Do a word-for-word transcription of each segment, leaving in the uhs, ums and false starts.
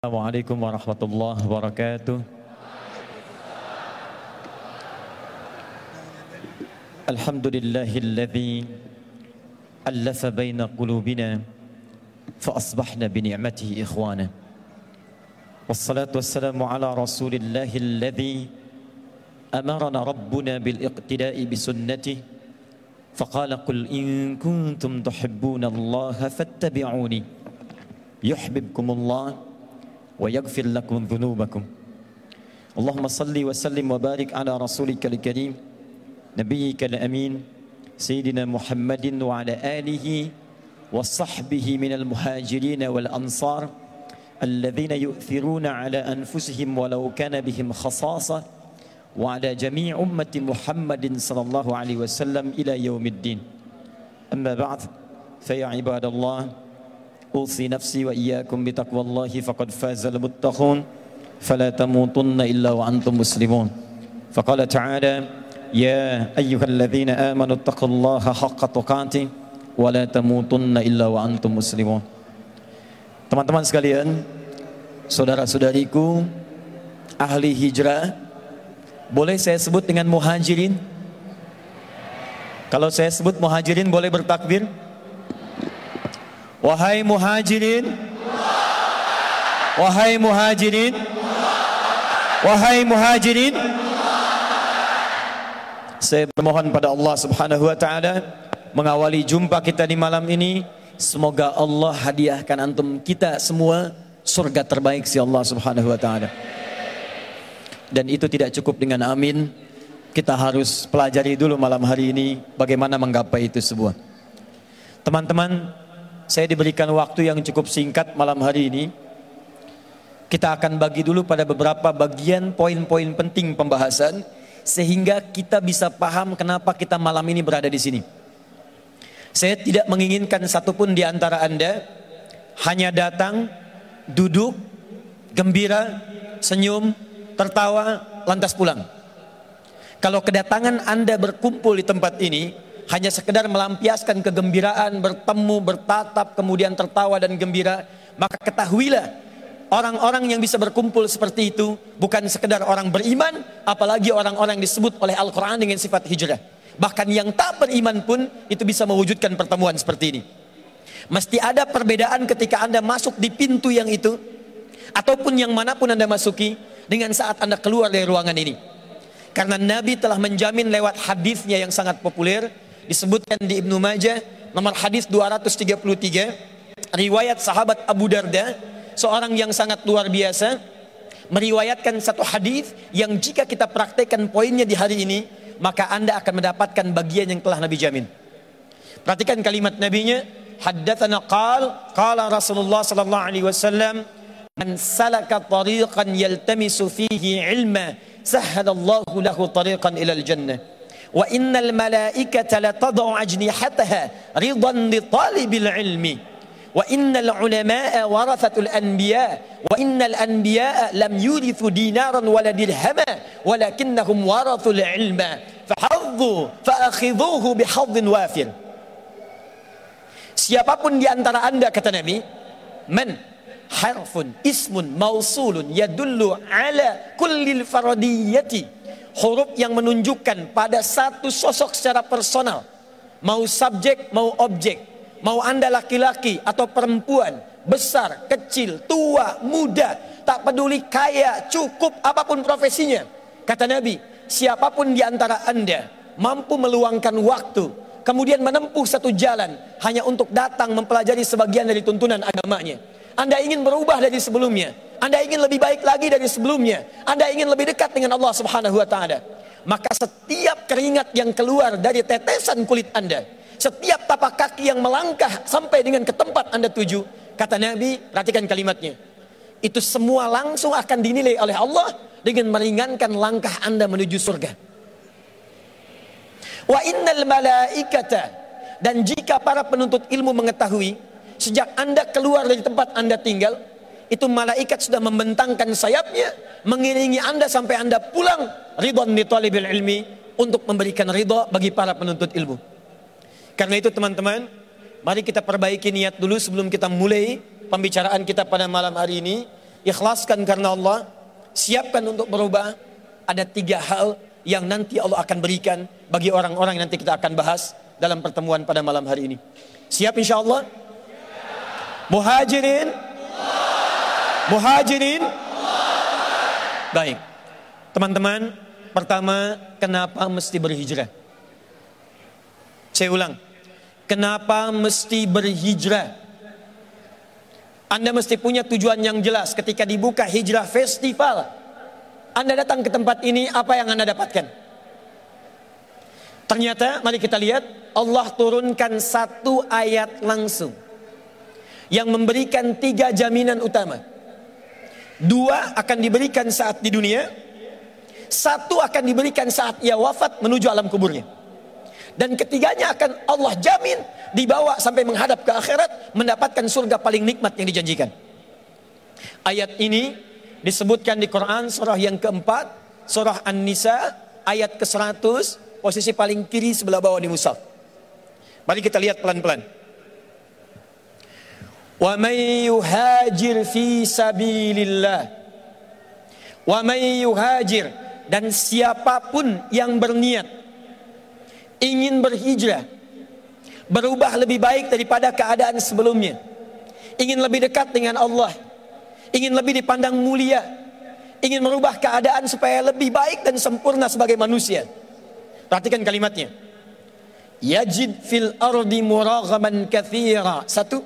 Assalamualaikum warahmatullahi wabarakatuh. Alhamdulillahilladzi allafa baina qulubina fa asbahna bi ni'matihi ikhwana. Wassalatu wassalamu ala rasulillahilladzi amarna rabbuna bil iqtida'i bi sunnatihi faqala qul in kuntum tuhibbuna allaha fattabi'uni yuhibbukumullah wa yaghfir lakum dhunubakum. Allahumma salli wa sallim wa barik ala rasulika al-karim nabiyyika al-amin sayyidina Muhammadin wa ala alihi wa sahbihi minal muhajirin wal ansar alladhina yu'thiruna ala anfusihim walau kana bihim khasasa wa ala jami' ummati Muhammadin sallallahu alaihi wasallam ila yaumiddin. Amma ba'd, fa ya ibadallah أوصي نفسي وإياكم بتقوى الله فقد فاز المتقون فلا تموتن إلا وأنتم مسلمون. فقال تعالى يا أيها الذين آمنوا اتقوا الله حق تقاته ولا تموتن إلا وأنتم مسلمون. Teman-teman sekalian, saudara-saudariku ahli hijrah, boleh saya sebut dengan muhajirin? Kalau saya sebut muhajirin boleh bertakbir? Wahai muhajirin, wahai muhajirin, wahai muhajirin, saya bermohon pada Allah Subhanahu wa taala mengawali jumpa kita di malam ini, semoga Allah hadiahkan antum kita semua surga terbaik si Allah Subhanahu wa taala. Dan itu tidak cukup dengan amin, kita harus pelajari dulu malam hari ini bagaimana menggapai itu semua. Teman-teman, saya diberikan waktu yang cukup singkat malam hari ini. Kita akan bagi dulu pada beberapa bagian poin-poin penting pembahasan sehingga kita bisa paham kenapa kita malam ini berada di sini. Saya tidak menginginkan satupun di antara Anda hanya datang, duduk, gembira, senyum, tertawa, lantas pulang. Kalau kedatangan Anda berkumpul di tempat ini hanya sekedar melampiaskan kegembiraan, bertemu, bertatap, kemudian tertawa dan gembira, maka ketahuilah orang-orang yang bisa berkumpul seperti itu bukan sekedar orang beriman, apalagi orang-orang yang disebut oleh Al-Quran dengan sifat hijrah. Bahkan yang tak beriman pun itu bisa mewujudkan pertemuan seperti ini. Mesti ada perbedaan ketika Anda masuk di pintu yang itu ataupun yang manapun Anda masuki dengan saat Anda keluar dari ruangan ini. Karena Nabi telah menjamin lewat hadisnya yang sangat populer, disebutkan di Ibnu Majah nomor hadis dua ratus tiga puluh tiga, riwayat sahabat Abu Darda, seorang yang sangat luar biasa, meriwayatkan satu hadis yang jika kita praktekkan poinnya di hari ini, maka Anda akan mendapatkan bagian yang telah Nabi jamin. Perhatikan kalimat Nabinya, haddatsana qala qala Rasulullah sallallahu alaihi wasallam, man salaka tariqan yaltamisu fihi ilma sahhalallahu lahu tariqan ilal jannah. Wa innal malaikata la tad'u ajnihataha ridan li talibil ilmi. Wa innal ulama'a warathatul anbiya. Wa innal anbiya'a lam yurithu dinaran wala dirhama walakinnahum warathul ilma. Fahadhu fa'akhidhuhu bihadhin wafir. Siapapun di antara Anda, kata Nabi, man harfun ismun mausulun yadullu ala kullil faradiyati, huruf yang menunjukkan pada satu sosok secara personal, mau subjek mau objek, mau Anda laki-laki atau perempuan, besar, kecil, tua, muda, tak peduli kaya, cukup, apapun profesinya, kata Nabi, siapapun di antara Anda mampu meluangkan waktu kemudian menempuh satu jalan hanya untuk datang mempelajari sebagian dari tuntunan agamanya, Anda ingin berubah dari sebelumnya, Anda ingin lebih baik lagi dari sebelumnya, Anda ingin lebih dekat dengan Allah Subhanahu wa taala, maka setiap keringat yang keluar dari tetesan kulit Anda, setiap tapak kaki yang melangkah sampai dengan ke tempat Anda tuju, kata Nabi, perhatikan kalimatnya, itu semua langsung akan dinilai oleh Allah dengan meringankan langkah Anda menuju surga. Wa innal malaikata, dan jika para penuntut ilmu mengetahui, sejak Anda keluar dari tempat Anda tinggal, itu malaikat sudah membentangkan sayapnya mengiringi Anda sampai Anda pulang, ridwan li talibil ilmi, untuk memberikan ridha bagi para penuntut ilmu. Karena itu teman-teman, mari kita perbaiki niat dulu sebelum kita mulai pembicaraan kita pada malam hari ini. ikhlaskan karena Allah, siapkan untuk berubah. Ada tiga hal yang nanti Allah akan berikan bagi orang-orang yang nanti kita akan bahas dalam pertemuan pada malam hari ini. Siap insya Allah? Muhajirin? Muhajirin? Baik. Teman-teman, pertama, kenapa mesti berhijrah? Saya ulang. Kenapa mesti berhijrah? Anda mesti punya tujuan yang jelas. Ketika dibuka hijrah festival, Anda datang ke tempat ini, apa yang Anda dapatkan? Ternyata, mari kita lihat, Allah turunkan satu ayat langsung yang memberikan tiga jaminan utama. Dua akan diberikan saat di dunia, satu akan diberikan saat ia wafat menuju alam kuburnya, dan ketiganya akan Allah jamin dibawa sampai menghadap ke akhirat, mendapatkan surga paling nikmat yang dijanjikan. Ayat ini disebutkan di Quran surah yang keempat, surah An-Nisa ayat ke seratus, posisi paling kiri sebelah bawah di mushaf. Mari kita lihat pelan-pelan. Wa may yuhajir fi sabilillah. Wa may yuhajir, dan siapapun yang berniat ingin berhijrah, berubah lebih baik daripada keadaan sebelumnya, ingin lebih dekat dengan Allah, ingin lebih dipandang mulia, ingin merubah keadaan supaya lebih baik dan sempurna sebagai manusia. Perhatikan kalimatnya. Yajid fil ardi muraghaman katsira. Satu.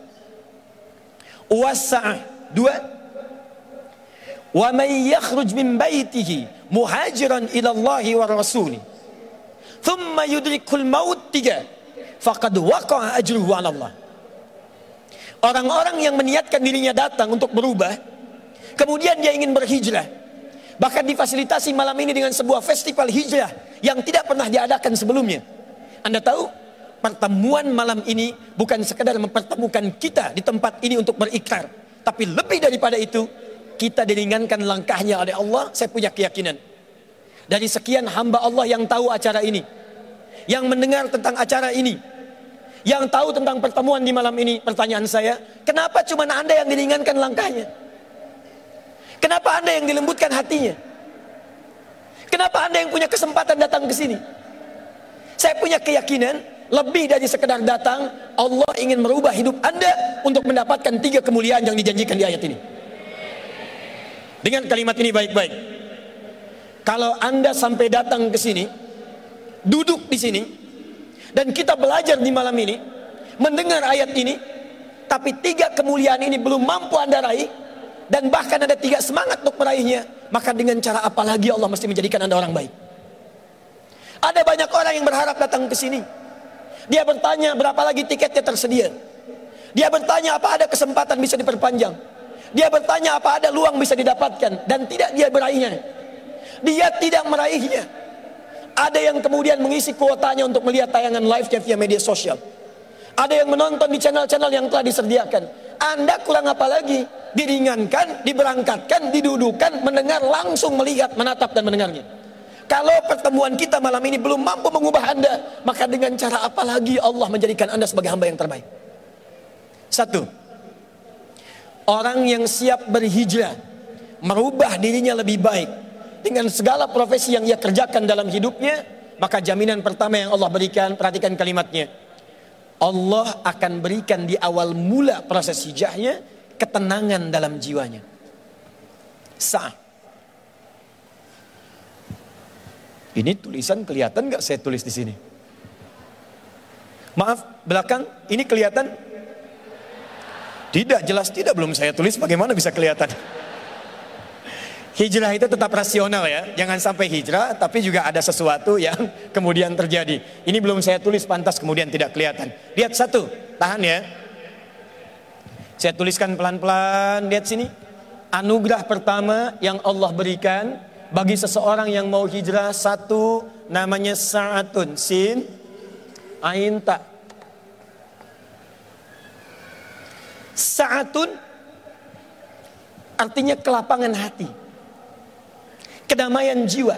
Wasa'ah. Dua. Wa may yakhruj min baitihi muhajiran ila Allahi wa rasuli thumma yudrikul maut. Tiga. Faqad waqa'a ajruhu 'ala Allah. Orang-orang yang meniatkan dirinya datang untuk berubah, kemudian dia ingin berhijrah, bahkan difasilitasi malam ini dengan sebuah festival hijrah yang tidak pernah diadakan sebelumnya. Anda tahu, pertemuan malam ini bukan sekadar mempertemukan kita di tempat ini untuk berikrar, tapi lebih daripada itu, kita diringankan langkahnya oleh Allah. Saya punya keyakinan dari sekian hamba Allah yang tahu acara ini, yang mendengar tentang acara ini, yang tahu tentang pertemuan di malam ini, pertanyaan saya, kenapa cuma Anda yang diringankan langkahnya? Kenapa Anda yang dilembutkan hatinya? Kenapa Anda yang punya kesempatan datang ke sini? Saya punya keyakinan lebih dari sekedar datang, Allah ingin merubah hidup Anda untuk mendapatkan tiga kemuliaan yang dijanjikan di ayat ini. Dengan kalimat ini baik-baik. Kalau Anda sampai datang ke sini, duduk di sini, dan kita belajar di malam ini, mendengar ayat ini, tapi tiga kemuliaan ini belum mampu Anda raih, dan bahkan ada tiga semangat untuk meraihnya, maka dengan cara apa lagi Allah mesti menjadikan Anda orang baik? Ada banyak orang yang berharap datang ke sini. Dia bertanya berapa lagi tiketnya tersedia. Dia bertanya apa ada kesempatan bisa diperpanjang. Dia bertanya apa ada luang bisa didapatkan, dan tidak dia meraihnya. Dia tidak meraihnya. Ada yang kemudian mengisi kuotanya untuk melihat tayangan live-nya via media sosial. Ada yang menonton di channel-channel yang telah disediakan. Anda kurang apa lagi? Diringankan, diberangkatkan, didudukan, mendengar, langsung melihat, menatap dan mendengarnya. Kalau pertemuan kita malam ini belum mampu mengubah Anda, maka dengan cara apa lagi Allah menjadikan Anda sebagai hamba yang terbaik? Satu, orang yang siap berhijrah, merubah dirinya lebih baik dengan segala profesi yang ia kerjakan dalam hidupnya, maka jaminan pertama yang Allah berikan, perhatikan kalimatnya, Allah akan berikan di awal mula proses hijrahnya ketenangan dalam jiwanya. Sah. Ini tulisan kelihatan nggak saya tulis di sini? Maaf, belakang ini kelihatan? Tidak, jelas tidak, belum saya tulis, bagaimana bisa kelihatan? Hijrah itu tetap rasional ya, jangan sampai hijrah tapi juga ada sesuatu yang kemudian terjadi. Ini belum saya tulis, pantas kemudian tidak kelihatan. Lihat satu, tahan ya. Saya tuliskan pelan-pelan, lihat sini. Anugerah pertama yang Allah berikan bagi seseorang yang mau hijrah, satu, namanya sa'atun, sin, ain, ta. Sa'atun artinya kelapangan hati, kedamaian jiwa,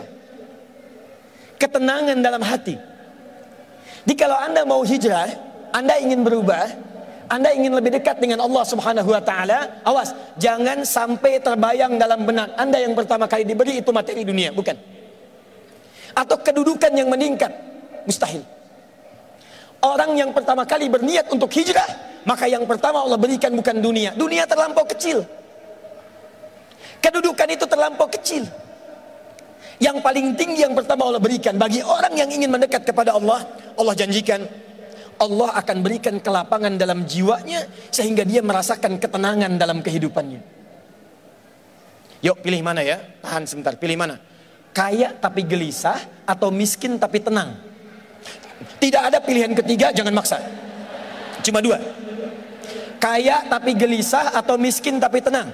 ketenangan dalam hati. Jadi kalau Anda mau hijrah, Anda ingin berubah, Anda ingin lebih dekat dengan Allah Subhanahu wa taala, awas, jangan sampai terbayang dalam benak Anda yang pertama kali diberi itu materi dunia, bukan. Atau kedudukan yang meningkat, mustahil. Orang yang pertama kali berniat untuk hijrah, maka yang pertama Allah berikan bukan dunia. Dunia terlampau kecil. Kedudukan itu terlampau kecil. Yang paling tinggi yang pertama Allah berikan bagi orang yang ingin mendekat kepada Allah, Allah janjikan Allah akan berikan kelapangan dalam jiwanya sehingga dia merasakan ketenangan dalam kehidupannya. Yuk pilih mana ya? Tahan sebentar, pilih mana? Kaya tapi gelisah atau miskin tapi tenang? Tidak ada pilihan ketiga, jangan maksa. Cuma dua. Kaya tapi gelisah atau miskin tapi tenang?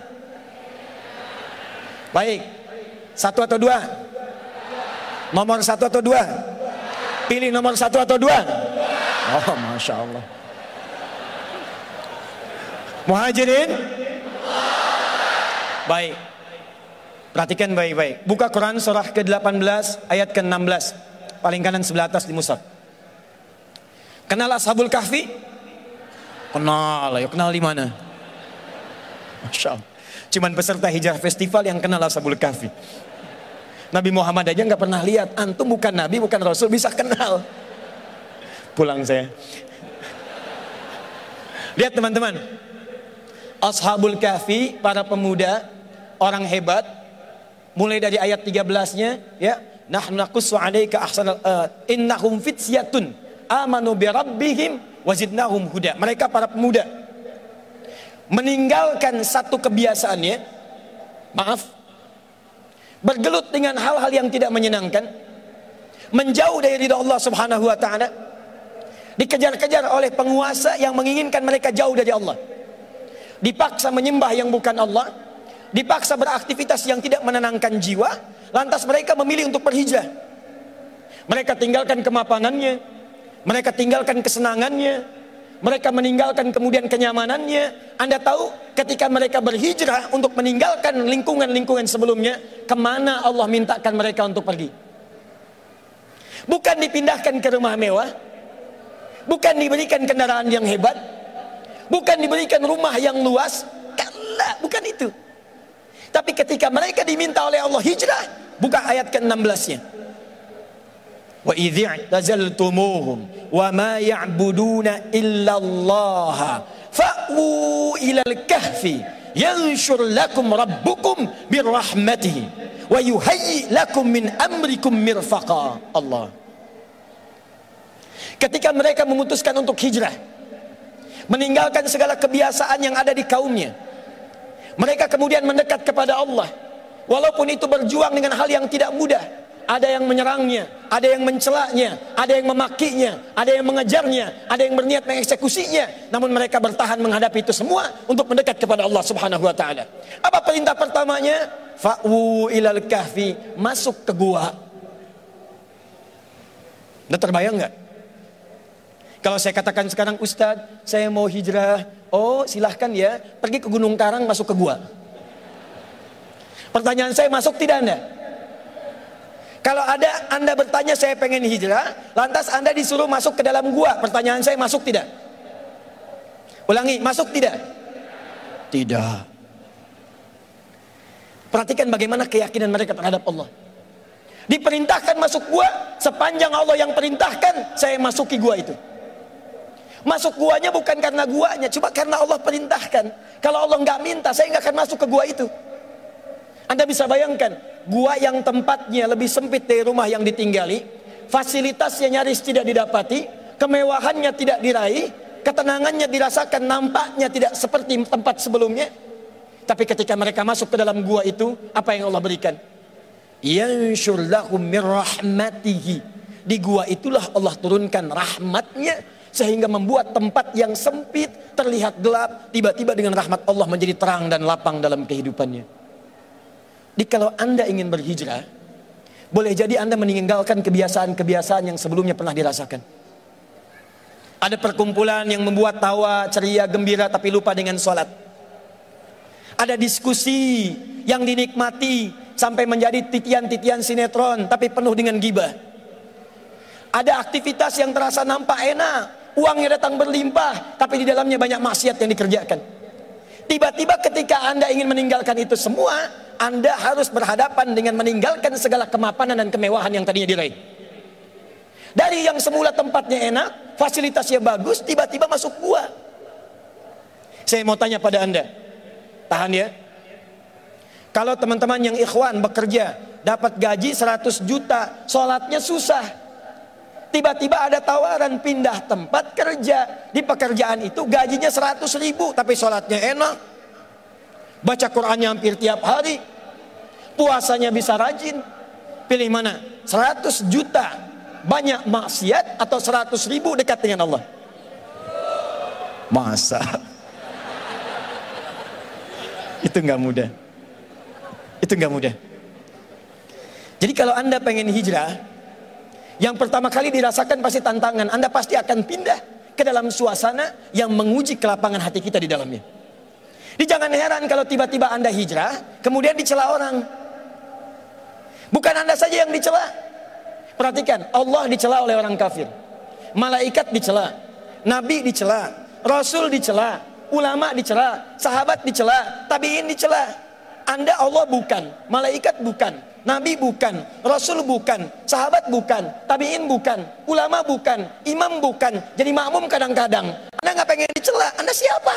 Baik. Satu atau dua? Nomor satu atau dua? Pilih nomor satu atau dua? Oh, Masya Allah. Muhajirin? Baik. Perhatikan baik-baik. Buka Quran surah ke delapan belas ayat ke enam belas. Paling kanan sebelah atas di mushaf. Kenal Ashabul Kahfi? Kenal, ya kenal di mana? Masya Allah. Cuman peserta hijrah festival yang kenal Ashabul Kahfi. Nabi Muhammad aja nggak pernah lihat. Antum bukan Nabi, bukan Rasul, bisa kenal. Pulang saya. Lihat teman-teman. Ashabul Kahfi, para pemuda, orang hebat. Mulai dari ayat tiga belas-nya, ya. Nahnu naqussu 'alaika ahsanal uh, innahum fityatun amanu bi rabbihim wazidnahum huda. Mereka para pemuda meninggalkan satu kebiasaannya, maaf, bergelut dengan hal-hal yang tidak menyenangkan, menjauh dari ridha Allah Subhanahu wa taala, dikejar-kejar oleh penguasa yang menginginkan mereka jauh dari Allah, dipaksa menyembah yang bukan Allah, dipaksa beraktivitas yang tidak menenangkan jiwa. Lantas mereka memilih untuk berhijrah. Mereka tinggalkan kemapanannya, mereka tinggalkan kesenangannya, mereka meninggalkan kemudian kenyamanannya. Anda tahu ketika mereka berhijrah untuk meninggalkan lingkungan-lingkungan sebelumnya, kemana Allah mintakan mereka untuk pergi? Bukan dipindahkan ke rumah mewah, bukan diberikan kendaraan yang hebat, bukan diberikan rumah yang luas, kalla, bukan itu. Tapi ketika mereka diminta oleh Allah hijrah, buka ayat ke enam belas-nya. Wa idh i'tazaltumuhum wa ma ya'buduna illa Allah fa'u ilal kahfi yanshur lakum rabbukum birrahmatihi wa yuhayyi lakum min amrikum mirfaqa. Allah. Ketika mereka memutuskan untuk hijrah, meninggalkan segala kebiasaan yang ada di kaumnya, mereka kemudian mendekat kepada Allah. Walaupun itu berjuang dengan hal yang tidak mudah. Ada yang menyerangnya, ada yang mencelaknya, ada yang memakinya, ada yang mengejarnya, ada yang berniat mengeksekusinya. Namun mereka bertahan menghadapi itu semua untuk mendekat kepada Allah Subhanahu wa taala. Apa perintah pertamanya? Fa'u ilal kahfi, masuk ke gua. Udah terbayang nggak? Kalau saya katakan sekarang, Ustadz, saya mau hijrah. Oh, silahkan ya, pergi ke Gunung Karang, masuk ke gua. Pertanyaan saya, masuk tidak Anda? Kalau ada Anda bertanya, saya pengen hijrah, lantas Anda disuruh masuk ke dalam gua. Pertanyaan saya, masuk tidak? Ulangi, masuk tidak? Tidak. Perhatikan bagaimana keyakinan mereka terhadap Allah. Diperintahkan masuk gua, sepanjang Allah yang perintahkan, saya masuki gua itu. Masuk guanya bukan karena guanya, cuma karena Allah perintahkan. Kalau Allah nggak minta, saya nggak akan masuk ke gua itu. Anda bisa bayangkan, gua yang tempatnya lebih sempit dari rumah yang ditinggali, fasilitasnya nyaris tidak didapati, kemewahannya tidak diraih, ketenangannya dirasakan, nampaknya tidak seperti tempat sebelumnya. Tapi ketika mereka masuk ke dalam gua itu, apa yang Allah berikan? Yanshur lahum mir rahmatihi. Di gua itulah Allah turunkan rahmatnya, sehingga membuat tempat yang sempit terlihat gelap, tiba-tiba dengan rahmat Allah menjadi terang dan lapang dalam kehidupannya. Jadi kalau Anda ingin berhijrah, boleh jadi Anda meninggalkan kebiasaan-kebiasaan yang sebelumnya pernah dirasakan. Ada perkumpulan yang membuat tawa, ceria, gembira tapi lupa dengan sholat. Ada diskusi yang dinikmati sampai menjadi titian-titian sinetron tapi penuh dengan gibah. Ada aktivitas yang terasa nampak enak, Uangnya datang berlimpah, tapi di dalamnya banyak maksiat yang dikerjakan. Tiba-tiba ketika Anda ingin meninggalkan itu semua, Anda harus berhadapan dengan meninggalkan segala kemapanan dan kemewahan yang tadinya diraih. Dari yang semula tempatnya enak, fasilitasnya bagus, tiba-tiba masuk gua. Saya mau tanya pada Anda, tahan ya. Kalau teman-teman yang ikhwan bekerja, dapat gaji seratus juta, sholatnya susah. Tiba-tiba ada tawaran pindah tempat kerja. Di pekerjaan itu gajinya seratus ribu, tapi sholatnya enak, baca Qur'annya hampir tiap hari, puasanya bisa rajin. Pilih mana? seratus juta banyak maksiat atau seratus ribu dekat dengan Allah? Masa? Itu nggak mudah. Itu nggak mudah. Jadi kalau Anda pengen hijrah, yang pertama kali dirasakan pasti tantangan. Anda pasti akan pindah ke dalam suasana yang menguji kelapangan hati kita di dalamnya. Jadi jangan heran kalau tiba-tiba Anda hijrah, kemudian dicela orang. Bukan Anda saja yang dicela. Perhatikan, Allah dicela oleh orang kafir, malaikat dicela, nabi dicela, rasul dicela, ulama dicela, sahabat dicela, tabiin dicela. Anda Allah bukan, malaikat bukan, nabi bukan, rasul bukan, sahabat bukan, tabiin bukan, ulama bukan, imam bukan, jadi makmum kadang-kadang. Anda nggak pengen dicela, Anda siapa?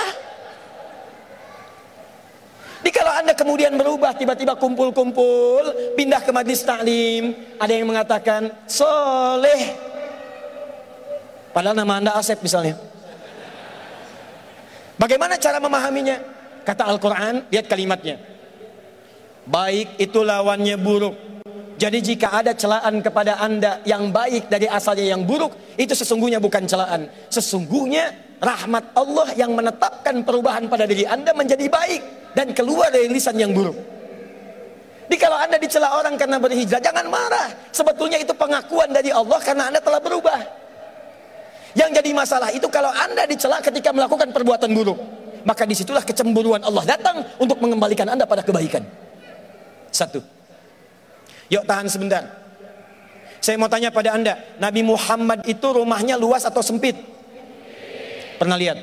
Jadi kalau Anda kemudian berubah, tiba-tiba kumpul-kumpul, pindah ke majlis taklim, ada yang mengatakan soleh, padahal nama Anda Asep misalnya. Bagaimana cara memahaminya? Kata Al-Quran, lihat kalimatnya, baik itu lawannya buruk. Jadi jika ada celaan kepada Anda yang baik dari asalnya yang buruk, itu sesungguhnya bukan celaan. Sesungguhnya rahmat Allah yang menetapkan perubahan pada diri Anda menjadi baik dan keluar dari lisan yang buruk. Jadi kalau Anda dicela orang karena berhijrah, jangan marah. Sebetulnya itu pengakuan dari Allah karena Anda telah berubah. Yang jadi masalah itu kalau Anda dicela ketika melakukan perbuatan buruk, maka disitulah kecemburuan Allah datang untuk mengembalikan Anda pada kebaikan. Satu. Yuk tahan sebentar. Saya mau tanya pada Anda, Nabi Muhammad itu rumahnya luas atau sempit? Pernah lihat?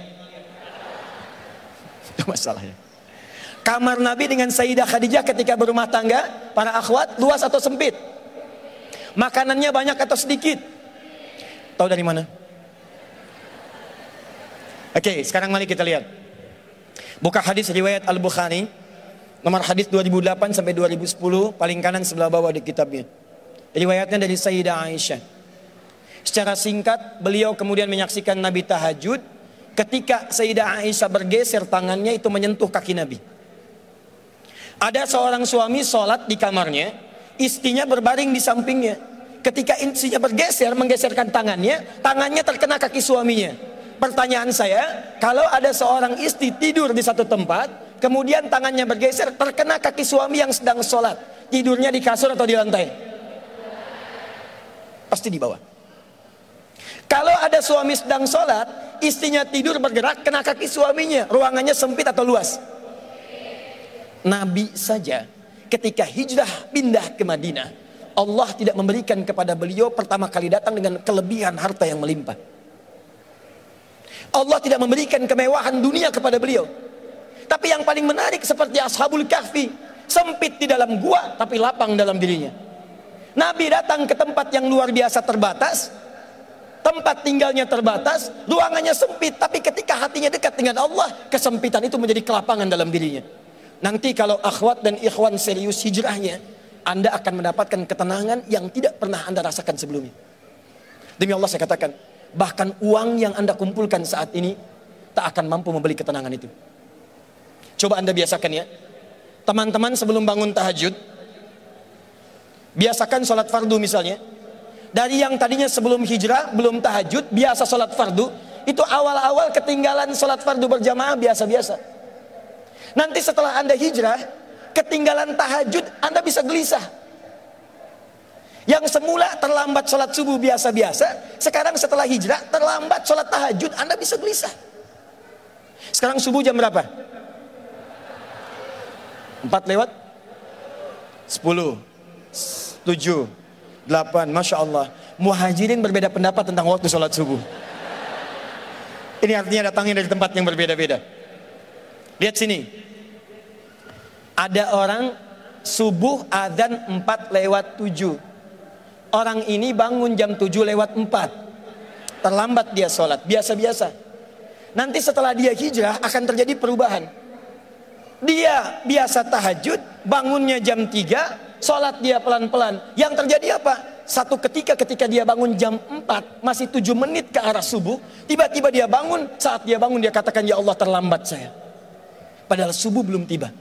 Itu masalahnya. Kamar Nabi dengan Sayyidah Khadijah ketika berumah tangga, para akhwat, luas atau sempit? Makanannya banyak atau sedikit? Tahu dari mana? Oke, sekarang mari kita lihat. Buka hadis riwayat Al-Bukhari, nomor hadis dua ribu delapan sampai dua ribu sepuluh, paling kanan sebelah bawah di kitabnya. Riwayatnya dari Sayyidah Aisyah. Secara singkat, beliau kemudian menyaksikan Nabi tahajud. Ketika Sayyidah Aisyah bergeser tangannya, itu menyentuh kaki Nabi. Ada seorang suami sholat di kamarnya, istrinya berbaring di sampingnya. Ketika istrinya bergeser, menggeserkan tangannya, tangannya terkena kaki suaminya. Pertanyaan saya, kalau ada seorang istri tidur di satu tempat, kemudian tangannya bergeser, terkena kaki suami yang sedang sholat, tidurnya di kasur atau di lantai? Pasti di bawah. Kalau ada suami sedang sholat, istrinya tidur bergerak, kena kaki suaminya, ruangannya sempit atau luas? Nabi saja ketika hijrah pindah ke Madinah, Allah tidak memberikan kepada beliau pertama kali datang dengan kelebihan harta yang melimpah. Allah tidak memberikan kemewahan dunia kepada beliau. Tapi yang paling menarik seperti Ashabul Kahfi, sempit di dalam gua tapi lapang dalam dirinya. Nabi datang ke tempat yang luar biasa terbatas, tempat tinggalnya terbatas, ruangannya sempit, tapi ketika hatinya dekat dengan Allah, kesempitan itu menjadi kelapangan dalam dirinya. Nanti kalau akhwat dan ikhwan serius hijrahnya, Anda akan mendapatkan ketenangan yang tidak pernah Anda rasakan sebelumnya. Demi Allah saya katakan, bahkan uang yang Anda kumpulkan saat ini tak akan mampu membeli ketenangan itu. Coba Anda biasakan ya, teman-teman sebelum bangun tahajud, biasakan sholat fardu misalnya. Dari yang tadinya sebelum hijrah, belum tahajud, biasa sholat fardu, itu awal-awal ketinggalan sholat fardu berjamaah biasa-biasa. Nanti setelah Anda hijrah, ketinggalan tahajud, Anda bisa gelisah. Yang semula terlambat sholat subuh biasa-biasa, sekarang setelah hijrah, terlambat sholat tahajud, Anda bisa gelisah. Sekarang subuh jam berapa? Empat lewat? Sepuluh, tujuh, delapan, Masya Allah. Muhajirin berbeda pendapat tentang waktu sholat subuh. Ini artinya datangnya dari tempat yang berbeda-beda. Lihat sini. Ada orang subuh adzan empat lewat tujuh. Orang ini bangun jam tujuh lewat empat. Terlambat dia sholat, biasa-biasa. Nanti setelah dia hijrah akan terjadi perubahan. Dia biasa tahajud, bangunnya jam tiga, sholat dia pelan-pelan. Yang terjadi apa? Satu ketika ketika dia bangun jam empat, masih tujuh menit ke arah subuh, tiba-tiba dia bangun, saat dia bangun dia katakan, ya Allah terlambat saya. Padahal subuh belum tiba.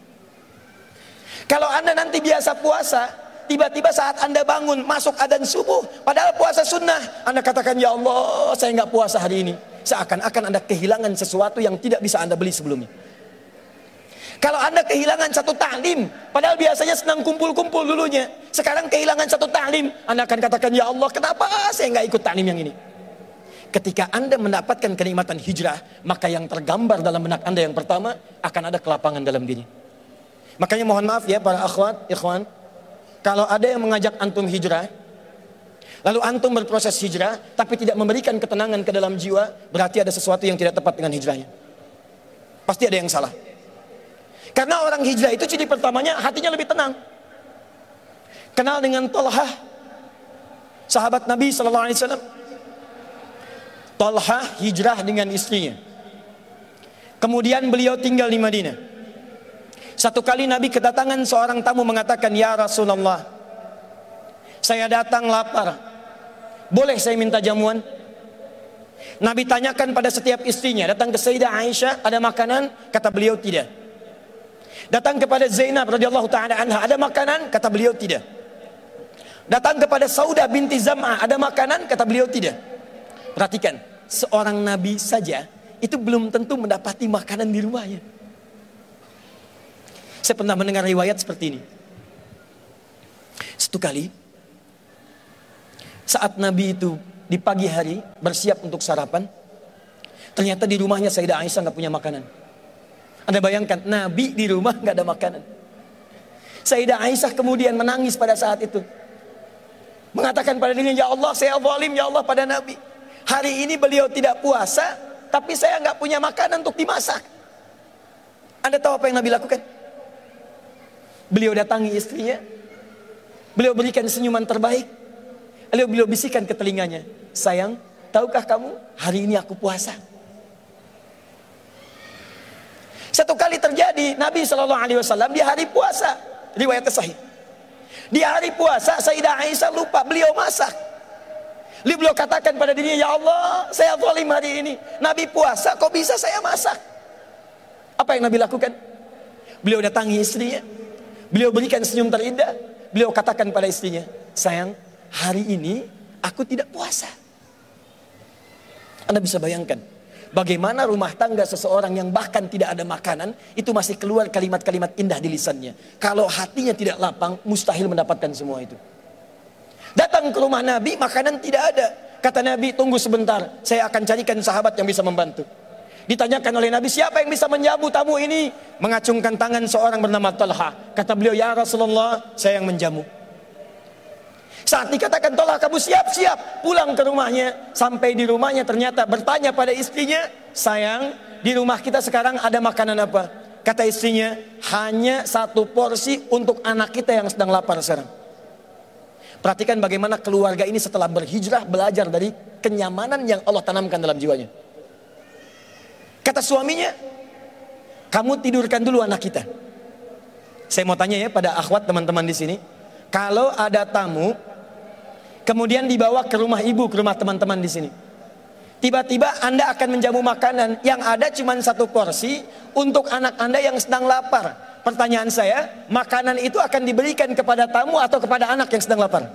Kalau Anda nanti biasa puasa, tiba-tiba saat Anda bangun masuk adzan subuh, padahal puasa sunnah, Anda katakan, ya Allah saya nggak puasa hari ini. Seakan-akan Anda kehilangan sesuatu yang tidak bisa Anda beli sebelumnya. Kalau Anda kehilangan satu taklim, padahal biasanya senang kumpul-kumpul dulunya, sekarang kehilangan satu taklim, Anda akan katakan, ya Allah kenapa saya nggak ikut taklim yang ini. Ketika Anda mendapatkan kenikmatan hijrah, maka yang tergambar dalam benak Anda yang pertama, akan ada kelapangan dalam diri. Makanya mohon maaf ya para akhwat, ikhwan, kalau ada yang mengajak antum hijrah, lalu antum berproses hijrah, tapi tidak memberikan ketenangan ke dalam jiwa, berarti ada sesuatu yang tidak tepat dengan hijrahnya. Pasti ada yang salah. Karena orang hijrah itu ciri pertamanya hatinya lebih tenang. Kenal dengan Thalhah, sahabat Nabi Sallallahu Alaihi Wasallam. Thalhah hijrah dengan istrinya. Kemudian beliau tinggal di Madinah. Satu kali Nabi kedatangan seorang tamu mengatakan, ya Rasulullah, saya datang lapar, boleh saya minta jamuan? Nabi tanyakan pada setiap istrinya. Datang ke Sayyidah Aisyah, ada makanan? Kata beliau tidak. Datang kepada Zainab radhiyallahu taala anha, ada makanan? Kata beliau tidak. Datang kepada Saudah binti Zam'ah, ada makanan? Kata beliau tidak. Perhatikan, seorang Nabi saja itu belum tentu mendapati makanan di rumahnya. Saya pernah mendengar riwayat seperti ini. Satu kali, saat Nabi itu di pagi hari bersiap untuk sarapan, ternyata di rumahnya Sayyidah Aisyah nggak punya makanan. Anda bayangkan, Nabi di rumah nggak ada makanan. Sayyidah Aisyah kemudian menangis pada saat itu, mengatakan pada dirinya, ya Allah saya zalim ya Allah pada Nabi. Hari ini beliau tidak puasa, tapi saya nggak punya makanan untuk dimasak. Anda tahu apa yang Nabi lakukan? Beliau datangi istrinya, beliau berikan senyuman terbaik, lalu beliau bisikan ke telinganya, sayang, tahukah kamu hari ini aku puasa? Satu kali terjadi, Nabi Shallallahu Alaihi Wasallam di hari puasa, riwayatnya sahih. Di hari puasa Sayyidah Aisyah lupa beliau masak. Lalu beliau katakan pada dirinya, ya Allah saya zalim hari ini, Nabi puasa kok bisa saya masak? Apa yang Nabi lakukan? Beliau datangi istrinya, beliau berikan senyum terindah, beliau katakan pada istrinya, sayang, hari ini aku tidak puasa. Anda bisa bayangkan bagaimana rumah tangga seseorang yang bahkan tidak ada makanan, itu masih keluar kalimat-kalimat indah di lisannya. Kalau hatinya tidak lapang, mustahil mendapatkan semua itu. Datang ke rumah Nabi, makanan tidak ada. Kata Nabi, tunggu sebentar, saya akan carikan sahabat yang bisa membantu. Ditanyakan oleh Nabi, siapa yang bisa menjamu tamu ini? Mengacungkan tangan seorang bernama Thalhah. Kata beliau, ya Rasulullah, saya yang menjamu. Saat dikatakan Thalhah, kamu siap-siap pulang ke rumahnya. Sampai di rumahnya ternyata bertanya pada istrinya, sayang, di rumah kita sekarang ada makanan apa? Kata istrinya, hanya satu porsi untuk anak kita yang sedang lapar sekarang. Perhatikan bagaimana keluarga ini setelah berhijrah belajar dari kenyamanan yang Allah tanamkan dalam jiwanya. Kata suaminya, kamu tidurkan dulu anak kita. Saya mau tanya ya pada akhwat teman-teman di sini, kalau ada tamu kemudian dibawa ke rumah ibu, ke rumah teman-teman di sini, tiba-tiba Anda akan menjamu makanan yang ada cuma satu porsi untuk anak Anda yang sedang lapar. Pertanyaan saya, makanan itu akan diberikan kepada tamu atau kepada anak yang sedang lapar?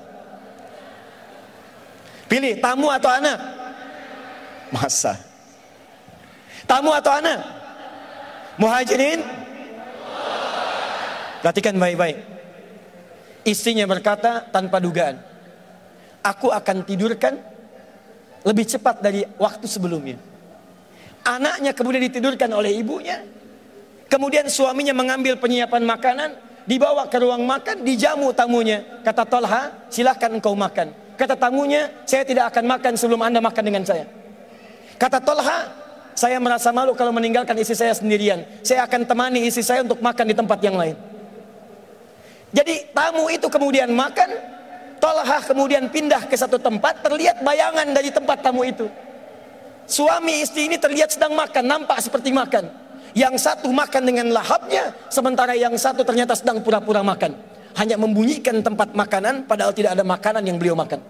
Pilih, tamu atau anak? Masa? Tamu atau anak? Muhajirin? Perhatikan baik-baik. Istrinya berkata tanpa dugaan, aku akan tidurkan lebih cepat dari waktu sebelumnya. Anaknya kemudian ditidurkan oleh ibunya. Kemudian suaminya mengambil penyiapan makanan, dibawa ke ruang makan, dijamu tamunya. Kata Thalhah, silahkan engkau makan. Kata tamunya, saya tidak akan makan sebelum Anda makan dengan saya. Kata Thalhah, saya merasa malu kalau meninggalkan istri saya sendirian. Saya akan temani istri saya untuk makan di tempat yang lain. Jadi tamu itu kemudian makan, Tolhah kemudian pindah ke satu tempat, terlihat bayangan dari tempat tamu itu. Suami istri ini terlihat sedang makan, nampak seperti makan. Yang satu makan dengan lahapnya, sementara yang satu ternyata sedang pura-pura makan. Hanya membunyikan tempat makanan, padahal tidak ada makanan yang beliau makan.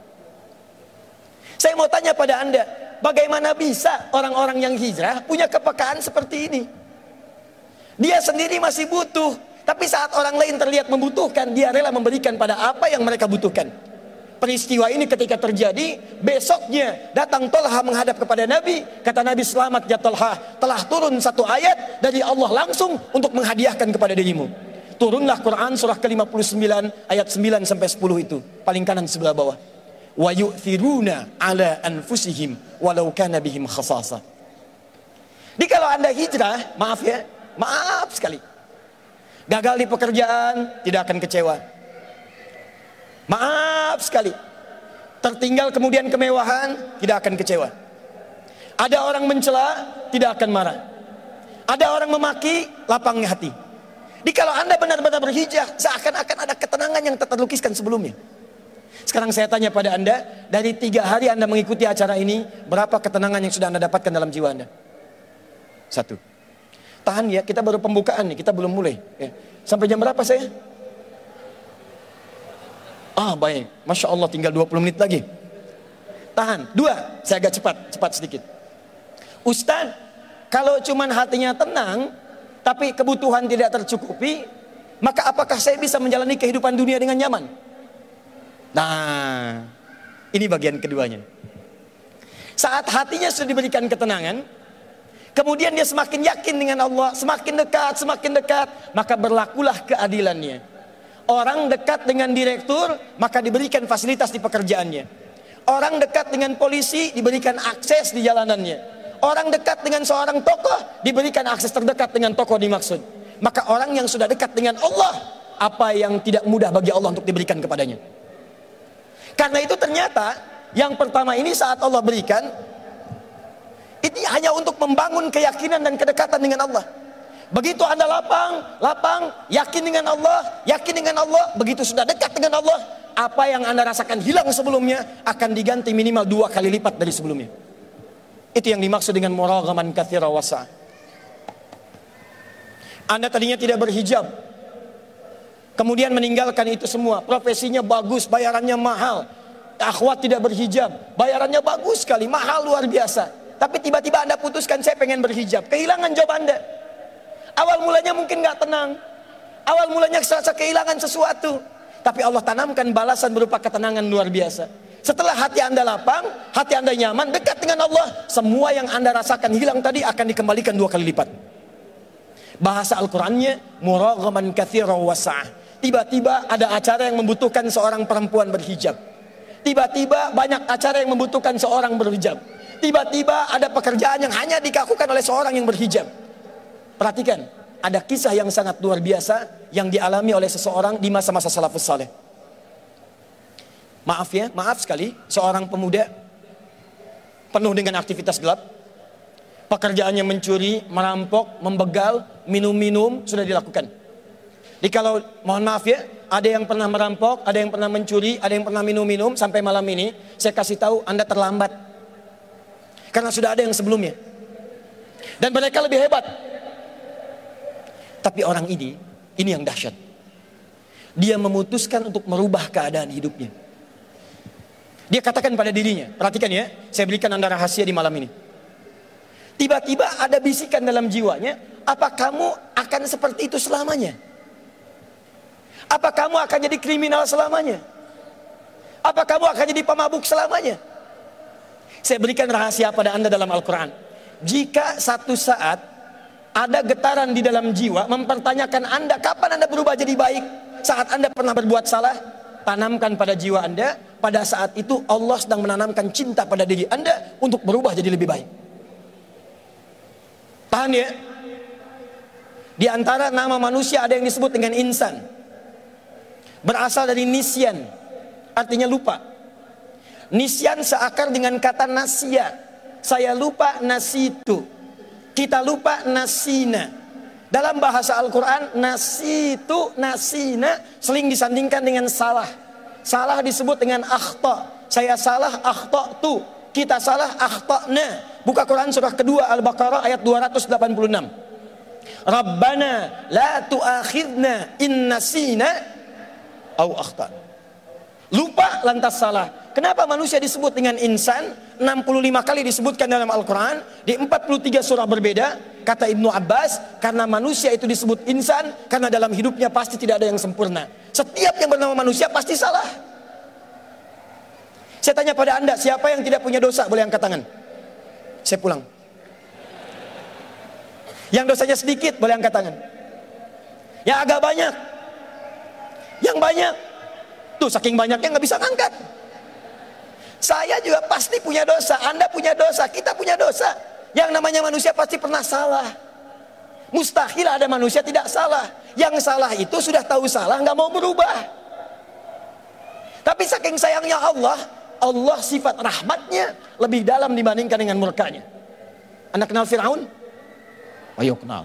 Saya mau tanya pada Anda, bagaimana bisa orang-orang yang hijrah punya kepekaan seperti ini? Dia sendiri masih butuh, tapi saat orang lain terlihat membutuhkan, dia rela memberikan pada apa yang mereka butuhkan. Peristiwa ini ketika terjadi, besoknya datang Tolhah menghadap kepada Nabi. Kata Nabi, selamat ya Tolhah, telah turun satu ayat dari Allah langsung untuk menghadiahkan kepada dirimu. Turunlah Quran surah ke lima puluh sembilan ayat sembilan sampai sepuluh itu, paling kanan sebelah bawah. Wa yu'thiruna ala anfusihim walau kana bihim khasasa. Jadi kalau Anda hijrah, maaf ya, maaf sekali. Gagal di pekerjaan, tidak akan kecewa. Maaf sekali. Tertinggal kemudian kemewahan, tidak akan kecewa. Ada orang mencela, tidak akan marah. Ada orang memaki, lapangnya hati. Jadi kalau Anda benar-benar berhijrah, seakan-akan ada ketenangan yang tak terlukiskan sebelumnya. Sekarang saya tanya pada Anda, dari tiga hari Anda mengikuti acara ini, berapa ketenangan yang sudah Anda dapatkan dalam jiwa Anda? Satu. Tahan ya, kita baru pembukaan nih, kita belum mulai ya. Sampai jam berapa saya? Ah baik, Masya Allah tinggal dua puluh menit lagi. Tahan. Dua, saya agak cepat, cepat sedikit. Ustaz, kalau cuman hatinya tenang, tapi kebutuhan tidak tercukupi, maka apakah saya bisa menjalani kehidupan dunia dengan nyaman? Nah, ini bagian keduanya. Saat hatinya sudah diberikan ketenangan, kemudian dia semakin yakin dengan Allah, semakin dekat, semakin dekat, maka berlakulah keadilannya. Orang dekat dengan direktur, maka diberikan fasilitas di pekerjaannya. Orang dekat dengan polisi, diberikan akses di jalanannya. Orang dekat dengan seorang tokoh, diberikan akses terdekat dengan tokoh dimaksud. Maka orang yang sudah dekat dengan Allah, apa yang tidak mudah bagi Allah untuk diberikan kepadanya. Karena itu ternyata, yang pertama ini saat Allah berikan, itu hanya untuk membangun keyakinan dan kedekatan dengan Allah. Begitu Anda lapang, lapang, yakin dengan Allah, yakin dengan Allah, begitu sudah dekat dengan Allah, apa yang Anda rasakan hilang sebelumnya akan diganti minimal dua kali lipat dari sebelumnya. Itu yang dimaksud dengan muraghaman katsira wasa. Anda tadinya tidak berhijab, kemudian meninggalkan itu semua, profesinya bagus, bayarannya mahal. Akhwat tidak berhijab, bayarannya bagus sekali, mahal luar biasa. Tapi tiba-tiba Anda putuskan, saya pengen berhijab, kehilangan job Anda. Awal mulanya mungkin gak tenang, awal mulanya serasa kehilangan sesuatu, tapi Allah tanamkan balasan berupa ketenangan luar biasa. Setelah hati Anda lapang, hati Anda nyaman, dekat dengan Allah, semua yang Anda rasakan hilang tadi akan dikembalikan dua kali lipat. Bahasa Al-Qurannya muraghaman katsira wasa'ah. Tiba-tiba ada acara yang membutuhkan seorang perempuan berhijab. Tiba-tiba banyak acara yang membutuhkan seorang berhijab. Tiba-tiba ada pekerjaan yang hanya dilakukan oleh seorang yang berhijab. Perhatikan, ada kisah yang sangat luar biasa yang dialami oleh seseorang di masa-masa salafus saleh. Maaf ya, maaf sekali, seorang pemuda penuh dengan aktivitas gelap. Pekerjaannya mencuri, merampok, membegal, minum-minum sudah dilakukan. Jadi kalau mohon maaf ya, ada yang pernah merampok, ada yang pernah mencuri, ada yang pernah minum-minum sampai malam ini, saya kasih tahu Anda terlambat. Karena sudah ada yang sebelumnya. Dan mereka lebih hebat. Tapi orang ini, ini yang dahsyat. Dia memutuskan untuk merubah keadaan hidupnya. Dia katakan pada dirinya, perhatikan ya, saya berikan Anda rahasia di malam ini. Tiba-tiba ada bisikan dalam jiwanya, apa kamu akan seperti itu selamanya? Apa kamu akan jadi kriminal selamanya? Apa kamu akan jadi pemabuk selamanya? Saya berikan rahasia pada Anda dalam Al-Quran. Jika satu saat ada getaran di dalam jiwa mempertanyakan Anda kapan Anda berubah jadi baik, saat Anda pernah berbuat salah, tanamkan pada jiwa Anda, pada saat itu Allah sedang menanamkan cinta pada diri Anda untuk berubah jadi lebih baik. Tahan ya. Di antara nama manusia ada yang disebut dengan insan, berasal dari nisyan, artinya lupa. Nisyan seakar dengan kata nasya. saya lupa nasitu. Kita lupa nasina. Dalam bahasa Al-Quran, nasitu, nasina sering disandingkan dengan salah. Salah disebut dengan akhta. Saya salah, akhta'tu. Kita salah, akhta'na. Buka Quran surah kedua Al-Baqarah ayat dua ratus delapan puluh enam. Rabbana la tu'akhidna in nasina au akhta'na. Lupa lantas salah. Kenapa manusia disebut dengan insan? enam puluh lima kali disebutkan dalam Al-Quran, di empat puluh tiga surah berbeda. Kata Ibnu Abbas, karena manusia itu disebut insan karena dalam hidupnya pasti tidak ada yang sempurna. Setiap yang bernama manusia pasti salah. Saya tanya pada anda, siapa yang tidak punya dosa? Boleh angkat tangan. Saya pulang. Yang dosanya sedikit boleh angkat tangan. Yang agak banyak. Yang banyak. Tuh saking banyaknya nggak bisa ngangkat. Saya juga pasti punya dosa. Anda punya dosa. Kita punya dosa. Yang namanya manusia pasti pernah salah. Mustahil ada manusia tidak salah. Yang salah itu sudah tahu salah, nggak mau berubah. Tapi saking sayangnya Allah, Allah sifat rahmatnya lebih dalam dibandingkan dengan murkanya. Anda kenal Fir'aun? Ayo kenal.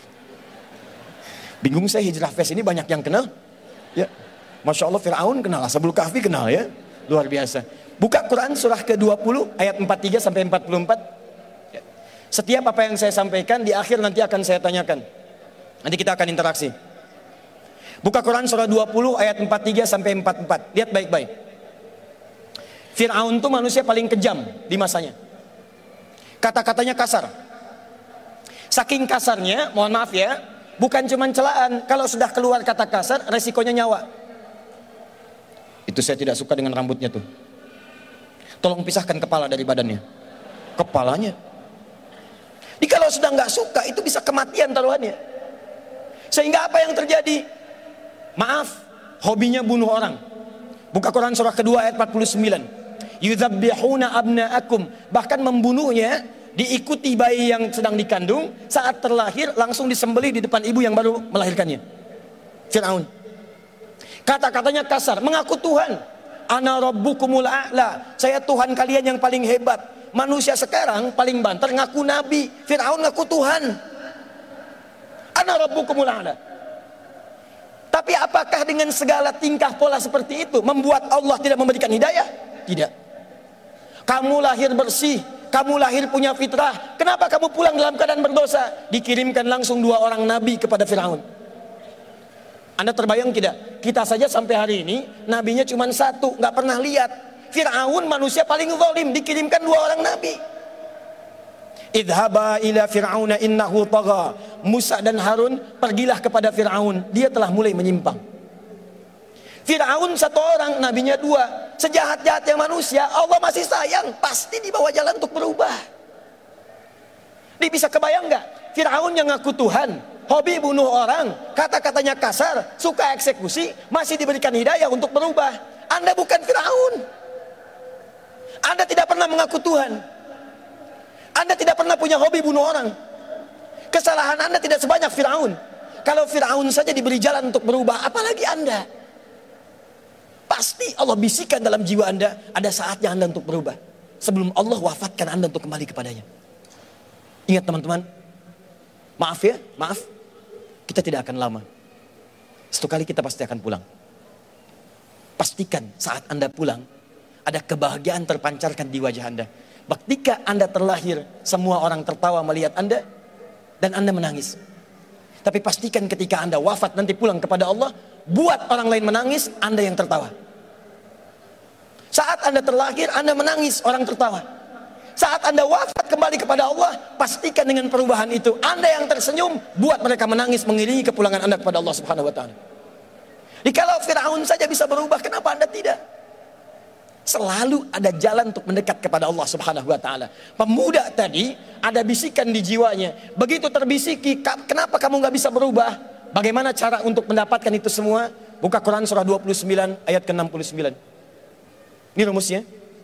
Bingung saya, Hijrah Fest ini banyak yang kenal. Ya, Masya Allah Fir'aun kenal, Ashabul Kahfi kenal ya. Luar biasa. Buka Quran surah ke dua puluh ayat empat puluh tiga sampai empat puluh empat. Ya. Setiap apa yang saya sampaikan di akhir nanti akan saya tanyakan. Nanti kita akan interaksi. Buka Quran surah dua puluh ayat empat puluh tiga sampai empat puluh empat. Lihat baik-baik. Fir'aun itu manusia paling kejam di masanya. Kata-katanya kasar. Saking kasarnya, mohon maaf ya, bukan cuma celaan. Kalau sudah keluar kata kasar, resikonya nyawa. Itu saya tidak suka dengan rambutnya tuh. Tolong pisahkan kepala dari badannya. Kepalanya. Jadi kalau sudah nggak suka, itu bisa kematian taruhannya. Sehingga apa yang terjadi? Maaf, hobinya bunuh orang. Buka Quran surah kedua ayat empat puluh sembilan. Yudzabbihuna abna'akum. Bahkan membunuhnya diikuti bayi yang sedang dikandung, saat terlahir langsung disembelih di depan ibu yang baru melahirkannya. Fir'aun. Kata-katanya kasar, mengaku Tuhan. Ana rabbukumul a'la. Saya Tuhan kalian yang paling hebat. Manusia sekarang paling banter ngaku nabi. Fir'aun ngaku Tuhan. Ana rabbukumul a'la. Tapi apakah dengan segala tingkah pola seperti itu membuat Allah tidak memberikan hidayah? Tidak. Kamu lahir bersih, kamu lahir punya fitrah. Kenapa kamu pulang dalam keadaan berdosa? Dikirimkan langsung dua orang nabi kepada Fir'aun. Anda terbayang tidak? Kita saja sampai hari ini nabinya cuma satu, nggak pernah lihat. Fir'aun manusia paling zalim, dikirimkan dua orang nabi. Idhaba ila Fir'auna innahu tagha. Musa dan Harun pergilah kepada Fir'aun, dia telah mulai menyimpang. Fir'aun satu orang, nabinya dua. Sejahat-jahatnya manusia, Allah masih sayang, pasti dibawa jalan untuk berubah. Dia bisa kebayang nggak? Fir'aun yang ngaku Tuhan, hobi bunuh orang, kata-katanya kasar, suka eksekusi, masih diberikan hidayah untuk berubah. Anda bukan Fir'aun. Anda tidak pernah mengaku Tuhan. Anda tidak pernah punya hobi bunuh orang. Kesalahan Anda tidak sebanyak Fir'aun. Kalau Fir'aun saja diberi jalan untuk berubah, apalagi Anda? Pasti Allah bisikan dalam jiwa Anda, ada saatnya Anda untuk berubah. Sebelum Allah wafatkan Anda untuk kembali kepadanya. Ingat teman-teman, maaf ya, maaf. Kita tidak akan lama. Satu kali kita pasti akan pulang. Pastikan saat Anda pulang, ada kebahagiaan terpancarkan di wajah Anda. Ketika Anda terlahir, semua orang tertawa melihat Anda, dan Anda menangis. Tapi pastikan ketika Anda wafat nanti pulang kepada Allah, buat orang lain menangis, Anda yang tertawa. Saat Anda terlahir, Anda menangis, orang tertawa. Saat Anda wafat kembali kepada Allah, pastikan dengan perubahan itu, Anda yang tersenyum, buat mereka menangis mengiringi kepulangan Anda kepada Allah Subhanahu wa taala. Jadi kalau Fir'aun saja bisa berubah, kenapa Anda tidak? Selalu ada jalan untuk mendekat kepada Allah Subhanahu wa taala. Pemuda tadi ada bisikan di jiwanya. Begitu terbisiki, kenapa kamu nggak bisa berubah? Bagaimana cara untuk mendapatkan itu semua? Buka Quran surah dua puluh sembilan ayat ke enam puluh sembilan. Ini rumusnya.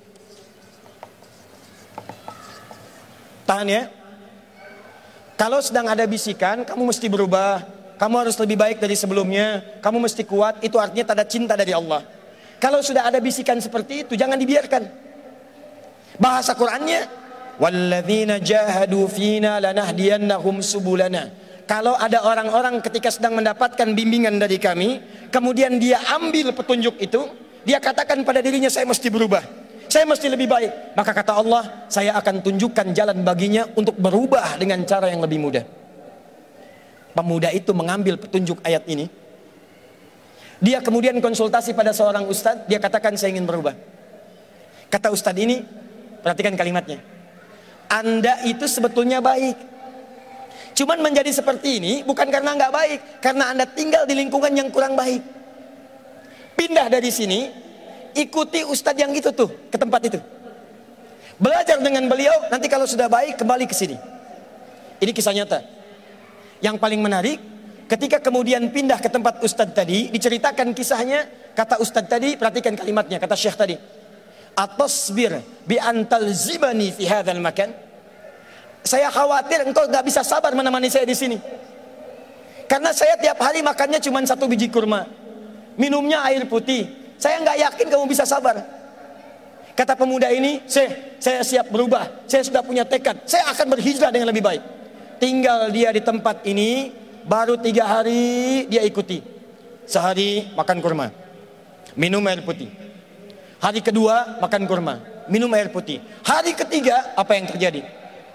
Tahan ya. Kalau sedang ada bisikan, kamu mesti berubah. Kamu harus lebih baik dari sebelumnya. Kamu mesti kuat. Itu artinya tanda cinta dari Allah. Kalau sudah ada bisikan seperti itu, jangan dibiarkan. Bahasa Qurannya, walladzina jahadu fina lanahdiyannahum subulana. Kalau ada orang-orang ketika sedang mendapatkan bimbingan dari kami, kemudian dia ambil petunjuk itu, dia katakan pada dirinya, saya mesti berubah, saya mesti lebih baik, maka kata Allah, saya akan tunjukkan jalan baginya untuk berubah dengan cara yang lebih mudah. Pemuda itu mengambil petunjuk ayat ini. Dia kemudian konsultasi pada seorang ustadz. Dia katakan, saya ingin berubah. Kata ustadz ini, perhatikan kalimatnya, Anda itu sebetulnya baik, cuman menjadi seperti ini bukan karena nggak baik, karena Anda tinggal di lingkungan yang kurang baik. Pindah dari sini, ikuti ustadz yang itu tuh, ke tempat itu, belajar dengan beliau. Nanti kalau sudah baik, kembali ke sini. Ini kisah nyata. Yang paling menarik, ketika kemudian pindah ke tempat ustadz tadi, diceritakan kisahnya. Kata ustadz tadi, perhatikan kalimatnya, kata syekh tadi, atasbir bi antal zibani fi hadzal makan. Saya khawatir engkau gak bisa sabar menemani saya di sini, karena saya tiap hari makannya cuma satu biji kurma, minumnya air putih. Saya nggak yakin kamu bisa sabar. Kata pemuda ini, saya, saya siap berubah, saya sudah punya tekad, saya akan berhijrah dengan lebih baik. Tinggal dia di tempat ini baru tiga hari, dia ikuti. Sehari makan kurma, minum air putih. Hari kedua makan kurma, minum air putih. Hari ketiga, apa yang terjadi?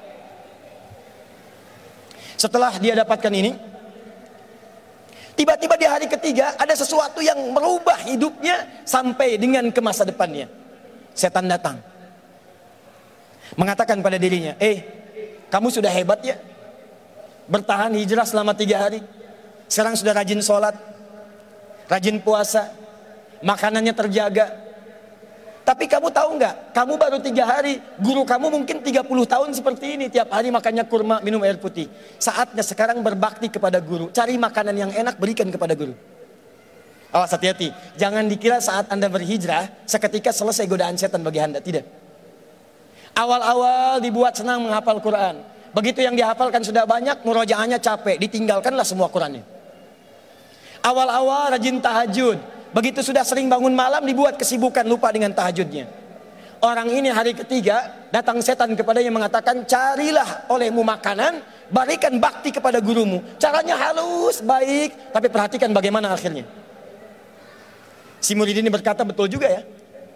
Setelah dia dapatkan ini, tiba-tiba di hari ketiga ada sesuatu yang merubah hidupnya sampai dengan ke masa depannya. Setan datang, mengatakan pada dirinya, eh, kamu sudah hebat ya, bertahan hijrah selama tiga hari. Sekarang sudah rajin sholat, rajin puasa, makanannya terjaga. Tapi kamu tahu nggak, kamu baru tiga hari, guru kamu mungkin tiga puluh tahun seperti ini, tiap hari makannya kurma, minum air putih. Saatnya sekarang berbakti kepada guru, cari makanan yang enak, berikan kepada guru. Awas, hati-hati, jangan dikira saat Anda berhijrah seketika selesai godaan setan bagi Anda. Tidak. Awal-awal dibuat senang menghafal Quran, begitu yang dihafalkan sudah banyak, murojaahnya capek, ditinggalkanlah semua Qurannya. Awal-awal rajin tahajud, begitu sudah sering bangun malam, dibuat kesibukan, lupa dengan tahajudnya. Orang ini hari ketiga datang setan kepadanya mengatakan, carilah olehmu makanan, berikan bakti kepada gurumu. Caranya halus, baik, tapi perhatikan bagaimana akhirnya. Si murid ini berkata, betul juga ya,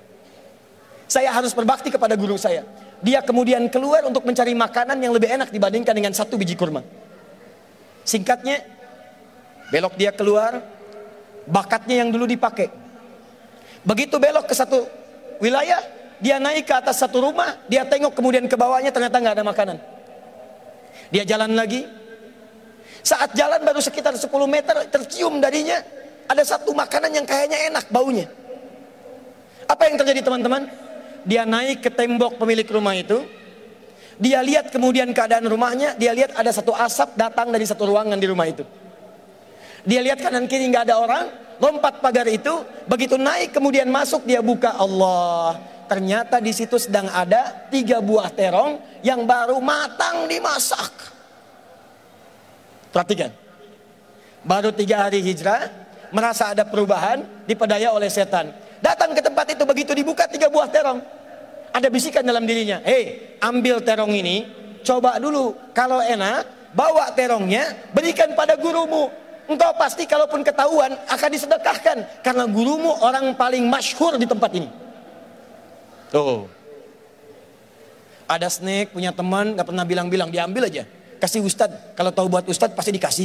saya harus berbakti kepada guru saya. Dia kemudian keluar untuk mencari makanan yang lebih enak dibandingkan dengan satu biji kurma. Singkatnya, belok dia keluar, bakatnya yang dulu dipakai. Begitu belok ke satu wilayah, dia naik ke atas satu rumah, dia tengok kemudian ke bawahnya, ternyata nggak ada makanan. Dia jalan lagi. Saat jalan baru sekitar sepuluh meter, tercium darinya ada satu makanan yang kayaknya enak baunya. Apa yang terjadi teman-teman? Dia naik ke tembok pemilik rumah itu. Dia lihat kemudian keadaan rumahnya. Dia lihat ada satu asap datang dari satu ruangan di rumah itu. Dia lihat kanan kiri nggak ada orang. Lompat pagar itu. Begitu naik kemudian masuk, dia buka, Allah. Ternyata di situ sedang ada tiga buah terong yang baru matang dimasak. Perhatikan. Baru tiga hari hijrah, merasa ada perubahan, dipedaya oleh setan. Datang ke tempat itu, begitu dibuka tiga buah terong. Ada bisikan dalam dirinya, hei, ambil terong ini, coba dulu, kalau enak, bawa terongnya, berikan pada gurumu. Engkau pasti kalaupun ketahuan akan disedekahkan, karena gurumu orang paling masyhur di tempat ini. Tuh. Ada snack, punya teman, gak pernah bilang-bilang, diambil aja. Kasih ustadz, kalau tahu buat ustadz pasti dikasih.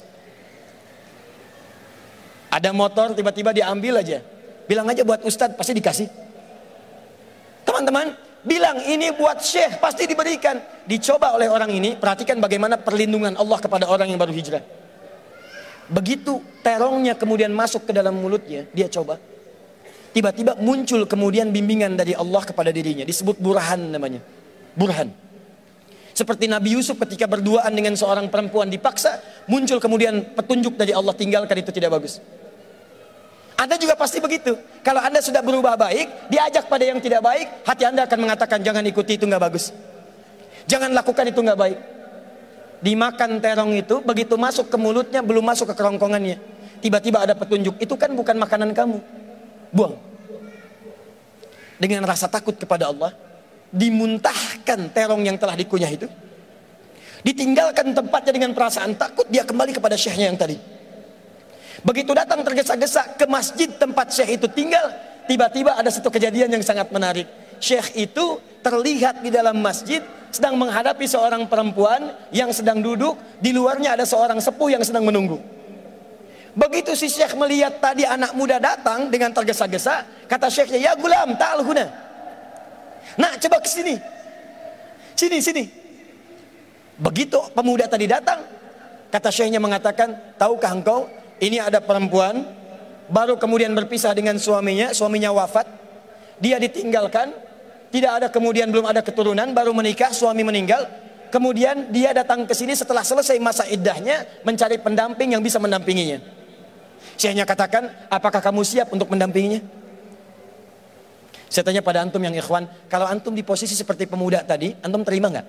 Ada motor, tiba-tiba diambil aja. Bilang aja buat ustadz, pasti dikasih. Teman-teman, bilang ini buat syekh, pasti diberikan. Dicoba oleh orang ini, perhatikan bagaimana perlindungan Allah kepada orang yang baru hijrah. Begitu terongnya kemudian masuk ke dalam mulutnya, dia coba. Tiba-tiba muncul kemudian bimbingan dari Allah kepada dirinya. Disebut burhan namanya. Burhan. Seperti Nabi Yusuf ketika berduaan dengan seorang perempuan dipaksa, muncul kemudian petunjuk dari Allah, tinggalkan itu tidak bagus. Anda juga pasti begitu. Kalau Anda sudah berubah baik, diajak pada yang tidak baik, hati Anda akan mengatakan jangan ikuti, itu nggak bagus. Jangan lakukan, itu nggak baik. Dimakan terong itu, begitu masuk ke mulutnya, belum masuk ke kerongkongannya, tiba-tiba ada petunjuk, itu kan bukan makanan kamu, buang. Dengan rasa takut kepada Allah, dimuntahkan terong yang telah dikunyah itu, ditinggalkan tempatnya dengan perasaan takut, dia kembali kepada syekhnya yang tadi. Begitu datang tergesa-gesa ke masjid tempat syekh itu tinggal, tiba-tiba ada satu kejadian yang sangat menarik. Syekh itu terlihat di dalam masjid sedang menghadapi seorang perempuan yang sedang duduk, di luarnya ada seorang sepuh yang sedang menunggu. Begitu si syekh melihat tadi anak muda datang dengan tergesa-gesa, kata syekhnya, "Ya gulam, ta'al huna." Nah, coba ke sini. Sini, sini. Begitu pemuda tadi datang, kata syekhnya mengatakan, "Tahukah engkau, ini ada perempuan baru kemudian berpisah dengan suaminya, suaminya wafat, dia ditinggalkan, tidak ada kemudian belum ada keturunan, baru menikah, suami meninggal, kemudian dia datang ke sini setelah selesai masa iddahnya mencari pendamping yang bisa mendampinginya." Syekhnya katakan, "Apakah kamu siap untuk mendampinginya?" Saya tanya pada antum yang ikhwan, kalau antum di posisi seperti pemuda tadi, antum terima nggak?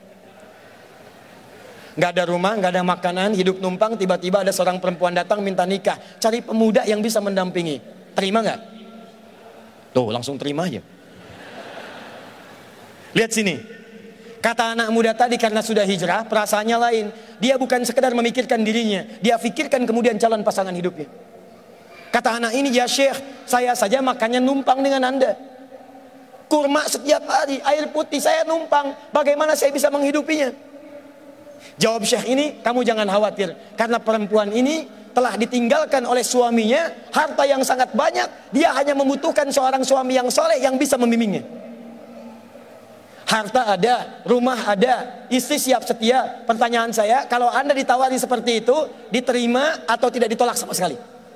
Nggak ada rumah, nggak ada makanan, hidup numpang, tiba-tiba ada seorang perempuan datang minta nikah, cari pemuda yang bisa mendampingi, terima nggak? Tuh, langsung terima aja. Lihat sini, kata anak muda tadi, karena sudah hijrah, perasaannya lain. Dia bukan sekedar memikirkan dirinya, dia pikirkan kemudian calon pasangan hidupnya. Kata anak ini, "Ya Syekh, saya saja makannya numpang dengan Anda. Kurma setiap hari, air putih saya numpang, bagaimana saya bisa menghidupinya?" Jawab Syekh ini, "Kamu jangan khawatir, karena perempuan ini telah ditinggalkan oleh suaminya, harta yang sangat banyak, dia hanya membutuhkan seorang suami yang soleh yang bisa membimbingnya. Harta ada, rumah ada, istri siap setia. Pertanyaan saya, kalau Anda ditawari seperti itu, diterima atau tidak ditolak sama sekali?"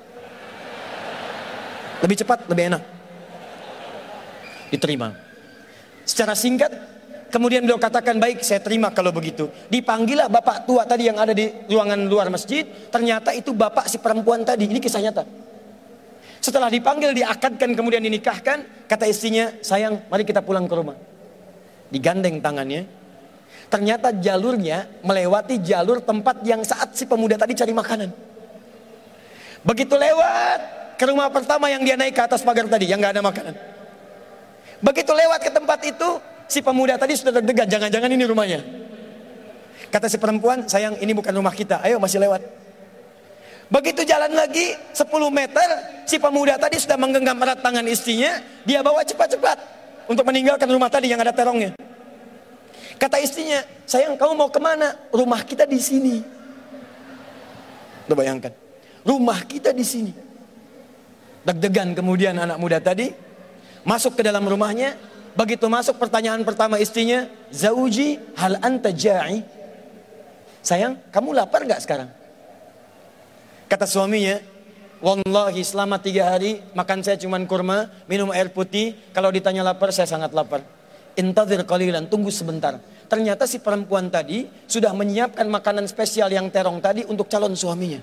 Lebih cepat, lebih enak. Diterima. Secara singkat, kemudian beliau katakan, "Baik, saya terima kalau begitu." Dipanggillah bapak tua tadi yang ada di ruangan luar masjid. Ternyata itu bapak si perempuan tadi. Ini kisah nyata. Setelah dipanggil, diakadkan, kemudian dinikahkan, kata istrinya, "Sayang, mari kita pulang ke rumah." Digandeng tangannya. Ternyata jalurnya melewati jalur tempat yang saat si pemuda tadi cari makanan. Begitu lewat ke rumah pertama yang dia naik ke atas pagar tadi, yang gak ada makanan. Begitu lewat ke tempat itu, si pemuda tadi sudah deg-degan, jangan-jangan ini rumahnya. Kata si perempuan, "Sayang, ini bukan rumah kita, ayo masih lewat." Begitu jalan lagi sepuluh meter, si pemuda tadi sudah menggenggam erat tangan istrinya, dia bawa cepat-cepat untuk meninggalkan rumah tadi yang ada terongnya. Kata istrinya, "Sayang, kamu mau kemana?" "Rumah kita di sini." Udah bayangkan, rumah kita di sini. Deg-degan kemudian anak muda tadi masuk ke dalam rumahnya. Begitu masuk, pertanyaan pertama istrinya, "Zauji, hal anta ja'i?" "Sayang, kamu lapar gak sekarang?" Kata suaminya, "Wallahi selama tiga hari makan saya cuma kurma, minum air putih. Kalau ditanya lapar, saya sangat lapar." "Intadhir qalilan, tunggu sebentar." Ternyata si perempuan tadi sudah menyiapkan makanan spesial yang terong tadi untuk calon suaminya.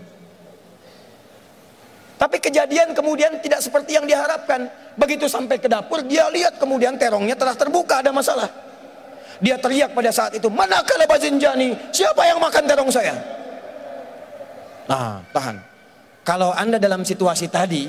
Tapi kejadian kemudian tidak seperti yang diharapkan. Begitu sampai ke dapur, dia lihat kemudian terongnya telah terbuka, ada masalah. Dia teriak pada saat itu, "Manakala bazinjani? Siapa yang makan terong saya?" Nah, tahan. Kalau Anda dalam situasi tadi,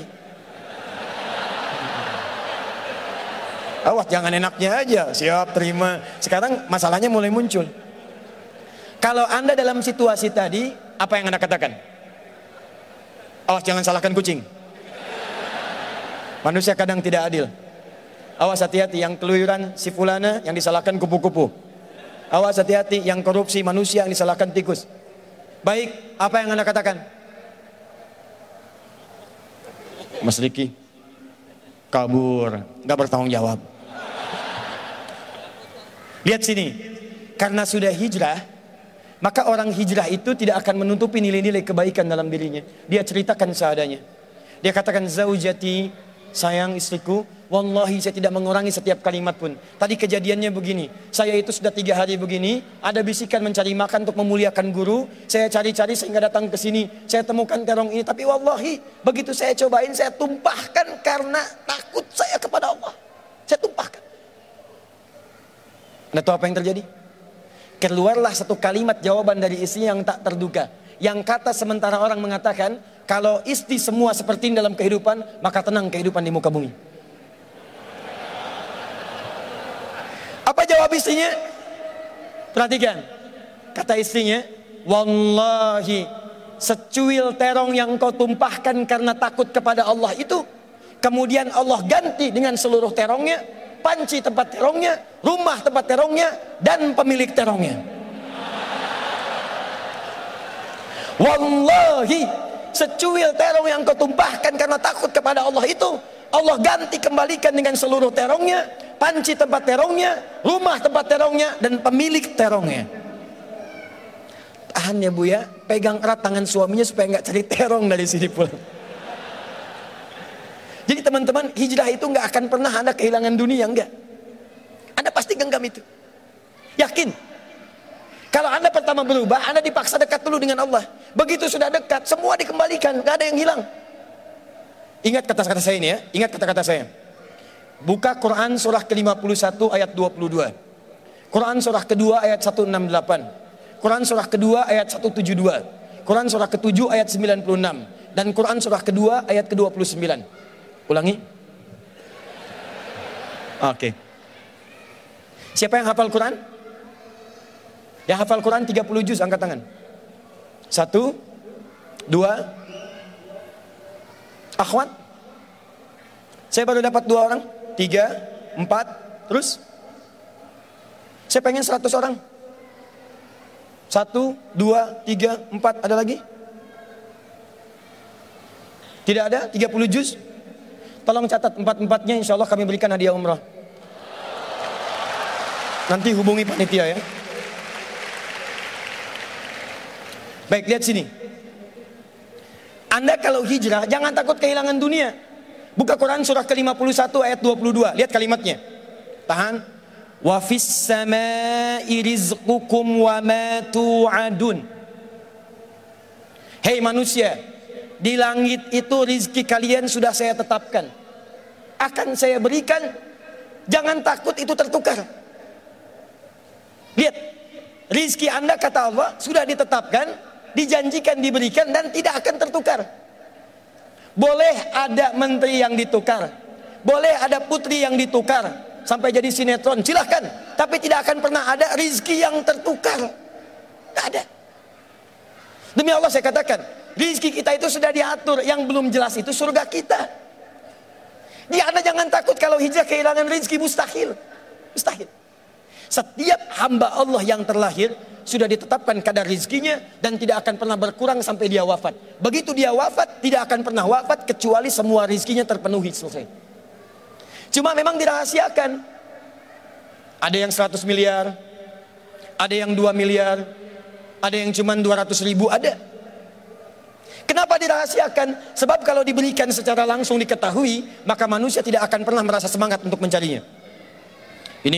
awas jangan enaknya aja, siap terima. Sekarang masalahnya mulai muncul. Kalau Anda dalam situasi tadi, apa yang Anda katakan? Awas jangan salahkan kucing. Manusia kadang tidak adil. Awas hati-hati, yang keluyuran si fulana yang disalahkan kupu-kupu. Awas hati-hati, yang korupsi manusia yang disalahkan tikus. Baik, apa yang Anda katakan? Mas Riki kabur, gak bertanggung jawab. Lihat sini, karena sudah hijrah, maka orang hijrah itu tidak akan menutupi nilai-nilai kebaikan dalam dirinya. Dia ceritakan seadanya. Dia katakan, "Zaujati, sayang istriku, wallahi saya tidak mengurangi setiap kalimat pun. Tadi kejadiannya begini, saya itu sudah tiga hari begini, ada bisikan mencari makan untuk memuliakan guru. Saya cari-cari sehingga datang ke sini, saya temukan terong ini. Tapi wallahi, begitu saya cobain, saya tumpahkan karena takut saya kepada Allah. Saya tumpahkan." Anda tahu apa yang terjadi? Keluarlah satu kalimat jawaban dari istri yang tak terduga. Yang kata sementara orang mengatakan, kalau istri semua seperti ini dalam kehidupan, maka tenang kehidupan di muka bumi. istrinya? Perhatikan. Kata istrinya, wallahi, secuil terong yang kau tumpahkan karena takut kepada Allah itu, kemudian Allah ganti dengan seluruh terongnya, panci tempat terongnya, rumah tempat terongnya, dan pemilik terongnya. Wallahi, secuil terong yang kau tumpahkan karena takut kepada Allah itu, Allah ganti kembalikan dengan seluruh terongnya, panci tempat terongnya, rumah tempat terongnya, dan pemilik terongnya. Tahan ya Bu ya, pegang erat tangan suaminya supaya nggak cari terong dari sini pulang. Jadi teman-teman, hijrah itu nggak akan pernah Anda kehilangan dunia, enggak. Anda pasti genggam itu. Yakin. Kalau Anda pertama berubah, Anda dipaksa dekat dulu dengan Allah. Begitu sudah dekat, semua dikembalikan, nggak ada yang hilang. Ingat kata-kata saya ini ya, ingat kata-kata saya. Buka Quran surah ke lima puluh satu ayat dua puluh dua. Quran surah kedua ayat seratus enam puluh delapan. Quran surah kedua ayat seratus tujuh puluh dua. Quran surah ketujuh ayat sembilan puluh enam. Dan Quran surah kedua ayat ke dua puluh sembilan. Ulangi. Oke. Siapa yang hafal Quran? Yang hafal Quran tiga puluh juz, angkat tangan. Satu, dua. Akhwat? Saya baru dapat dua orang. Tiga, empat, terus? Saya pengen seratus orang. Satu, dua, tiga, empat, ada lagi? Tidak ada? Tiga puluh juz? Tolong catat empat-empatnya, insya Allah kami berikan hadiah umrah. Nanti hubungi panitia ya. Baik, lihat sini. Anda kalau hijrah, jangan takut kehilangan dunia. Buka Quran surah ke lima puluh satu ayat dua puluh dua. Lihat kalimatnya. Tahan. Wa fis samai rizqukum wa ma tu'adun. Hei manusia, di langit itu rizki kalian sudah saya tetapkan, akan saya berikan. Jangan takut itu tertukar. Lihat, rizki Anda kata Allah sudah ditetapkan, dijanjikan diberikan, dan tidak akan tertukar. Boleh ada menteri yang ditukar, boleh ada putri yang ditukar sampai jadi sinetron, silahkan. Tapi tidak akan pernah ada rizki yang tertukar. Tidak ada. Demi Allah saya katakan, rizki kita itu sudah diatur. Yang belum jelas itu surga kita. Jadi Anda jangan takut kalau hijrah kehilangan rizki, mustahil. Mustahil. Setiap hamba Allah yang terlahir sudah ditetapkan kadar rizkinya dan tidak akan pernah berkurang sampai dia wafat. Begitu dia wafat, tidak akan pernah wafat kecuali semua rizkinya terpenuhi, selesai. Cuma memang dirahasiakan. Ada yang seratus miliar, ada yang dua miliar, ada yang cuma dua ratus ribu, ada. Kenapa dirahasiakan? Sebab kalau diberikan secara langsung diketahui, maka manusia tidak akan pernah merasa semangat untuk mencarinya. Ini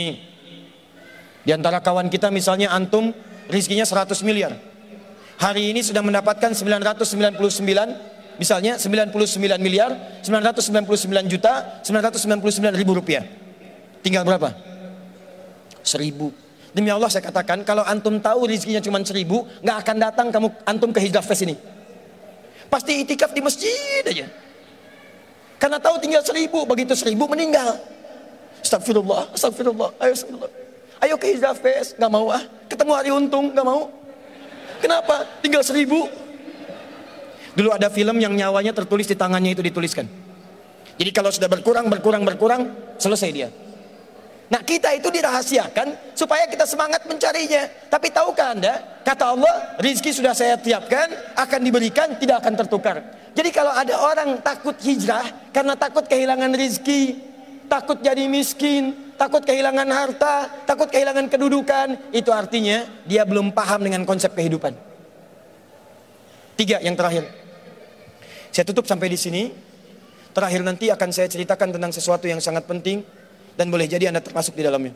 di antara kawan kita misalnya antum rizkinya seratus miliar. Hari ini sudah mendapatkan sembilan ratus sembilan puluh sembilan, misalnya sembilan puluh sembilan miliar, sembilan ratus sembilan puluh sembilan juta, sembilan ratus sembilan puluh sembilan ribu rupiah. Tinggal berapa? Seribu. Demi Allah saya katakan, kalau antum tahu rizkinya cuma seribu, nggak akan datang kamu antum ke Hijrah Fest ini. Pasti itikaf di masjid aja. Karena tahu tinggal seribu, begitu seribu meninggal. Astagfirullah, astagfirullah, ayo astagfirullah. Ayo ke Hijrah Fest, nggak mau ah. Ketemu hari untung, nggak mau. Kenapa? Tinggal seribu. Dulu ada film yang nyawanya tertulis di tangannya itu dituliskan. Jadi kalau sudah berkurang, berkurang, berkurang, selesai dia. Nah kita itu dirahasiakan supaya kita semangat mencarinya. Tapi tahukah Anda, kata Allah, rizki sudah saya tiapkan, akan diberikan, tidak akan tertukar. Jadi kalau ada orang takut hijrah karena takut kehilangan rizki, takut jadi miskin, takut kehilangan harta, takut kehilangan kedudukan, itu artinya dia belum paham dengan konsep kehidupan. Tiga, yang terakhir. Saya tutup sampai di sini. Terakhir nanti akan saya ceritakan tentang sesuatu yang sangat penting dan boleh jadi Anda termasuk di dalamnya.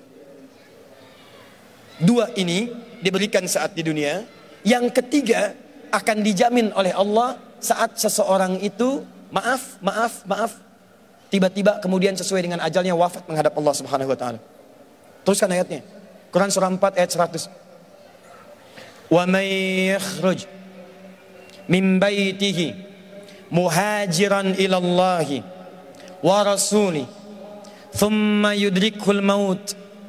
Dua ini diberikan saat di dunia. Yang ketiga akan dijamin oleh Allah saat seseorang itu maaf, maaf, maaf, tiba-tiba kemudian sesuai dengan ajalnya wafat menghadap Allah Subhanahu wa taala. Teruskan ayatnya. Quran surah empat ayat seratus. Wa may yakhruj min baitihi muhajiran ila Allah wa rasuli thumma yudrikul maut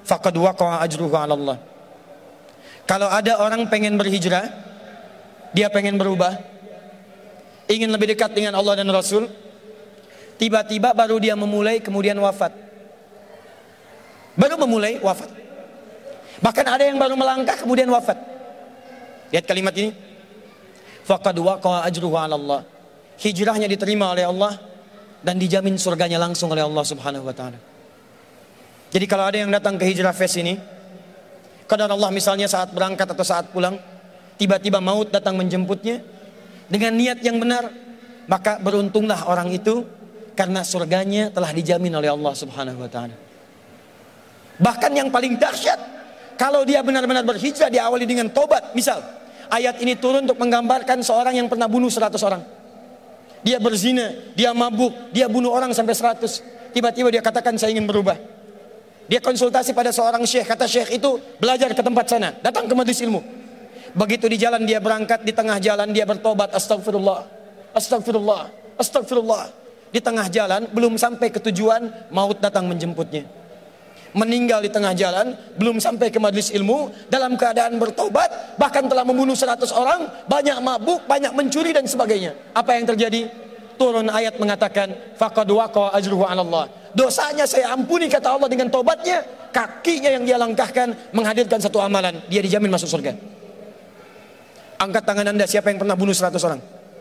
faqad waqa'a ajruhu 'ala Allah. Kalau ada orang pengen berhijrah, dia pengen berubah, ingin lebih dekat dengan Allah dan Rasul, tiba-tiba baru dia memulai kemudian wafat. Baru memulai wafat. Bahkan ada yang baru melangkah kemudian wafat. Lihat kalimat ini. Faqad waqa'a ajruhu 'ala Allah. Hijrahnya diterima oleh Allah dan dijamin surganya langsung oleh Allah Subhanahu wa taala. Jadi kalau ada yang datang ke Hijrah Fest ini, kadar Allah misalnya saat berangkat atau saat pulang, tiba-tiba maut datang menjemputnya dengan niat yang benar, maka beruntunglah orang itu karena surganya telah dijamin oleh Allah Subhanahu wa taala. Bahkan yang paling dahsyat, kalau dia benar-benar berhijrah diawali dengan tobat. Misal, ayat ini turun untuk menggambarkan seorang yang pernah bunuh seratus orang. Dia berzina, dia mabuk, dia bunuh orang sampai seratus. Tiba-tiba dia katakan saya ingin berubah. Dia konsultasi pada seorang syekh, kata syekh itu belajar ke tempat sana, datang ke majelis ilmu. Begitu di jalan dia berangkat, di tengah jalan dia bertobat, astagfirullah, astagfirullah, astagfirullah. Di tengah jalan belum sampai ke tujuan, maut datang menjemputnya. Meninggal di tengah jalan, belum sampai ke majelis ilmu, dalam keadaan bertobat, bahkan telah membunuh seratus orang, banyak mabuk, banyak mencuri dan sebagainya. Apa yang terjadi? Turun ayat mengatakan faqad waqa'a ajruhu 'ala Allah. Dosanya saya ampuni kata Allah dengan tobatnya, kakinya yang dia langkahkan menghadirkan satu amalan, dia dijamin masuk surga. Angkat tangan Anda, siapa yang pernah bunuh seratus orang?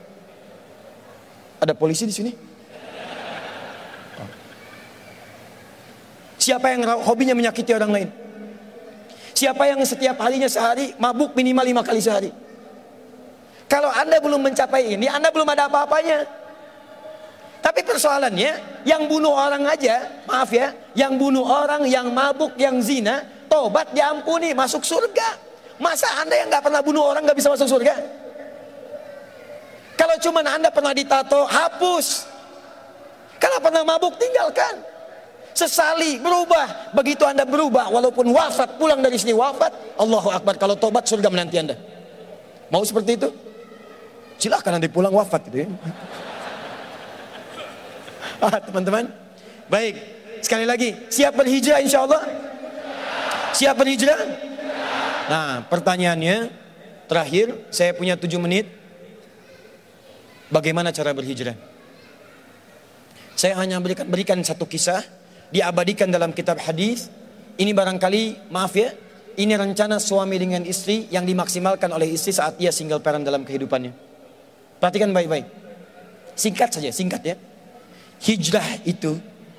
Ada polisi di sini? Siapa yang hobinya menyakiti orang lain? Siapa yang setiap harinya sehari mabuk minimal lima kali sehari? Kalau Anda belum mencapai ini, Anda belum ada apa-apanya. Tapi persoalannya, yang bunuh orang aja, maaf ya, yang bunuh orang, yang mabuk, yang zina, tobat diampuni, masuk surga. Masa Anda yang gak pernah bunuh orang gak bisa masuk surga? Kalau cuma Anda pernah ditato, hapus. Kalau pernah mabuk, tinggalkan. Sesali, berubah. Begitu Anda berubah, walaupun wafat, pulang dari sini wafat, Allahu Akbar, kalau tobat surga menanti Anda. Mau seperti itu? Silahkan nanti pulang wafat gitu ya. Ah, teman-teman, baik, sekali lagi, siap berhijrah insya Allah? Siap berhijrah? Nah, pertanyaannya terakhir, saya punya tujuh menit. Bagaimana cara berhijrah? Saya hanya berikan, berikan satu kisah, diabadikan dalam kitab hadis. Ini barangkali, maaf ya, ini rencana suami dengan istri yang dimaksimalkan oleh istri saat ia single parent dalam kehidupannya. Perhatikan baik-baik. Singkat saja, singkat ya. Hijrah itu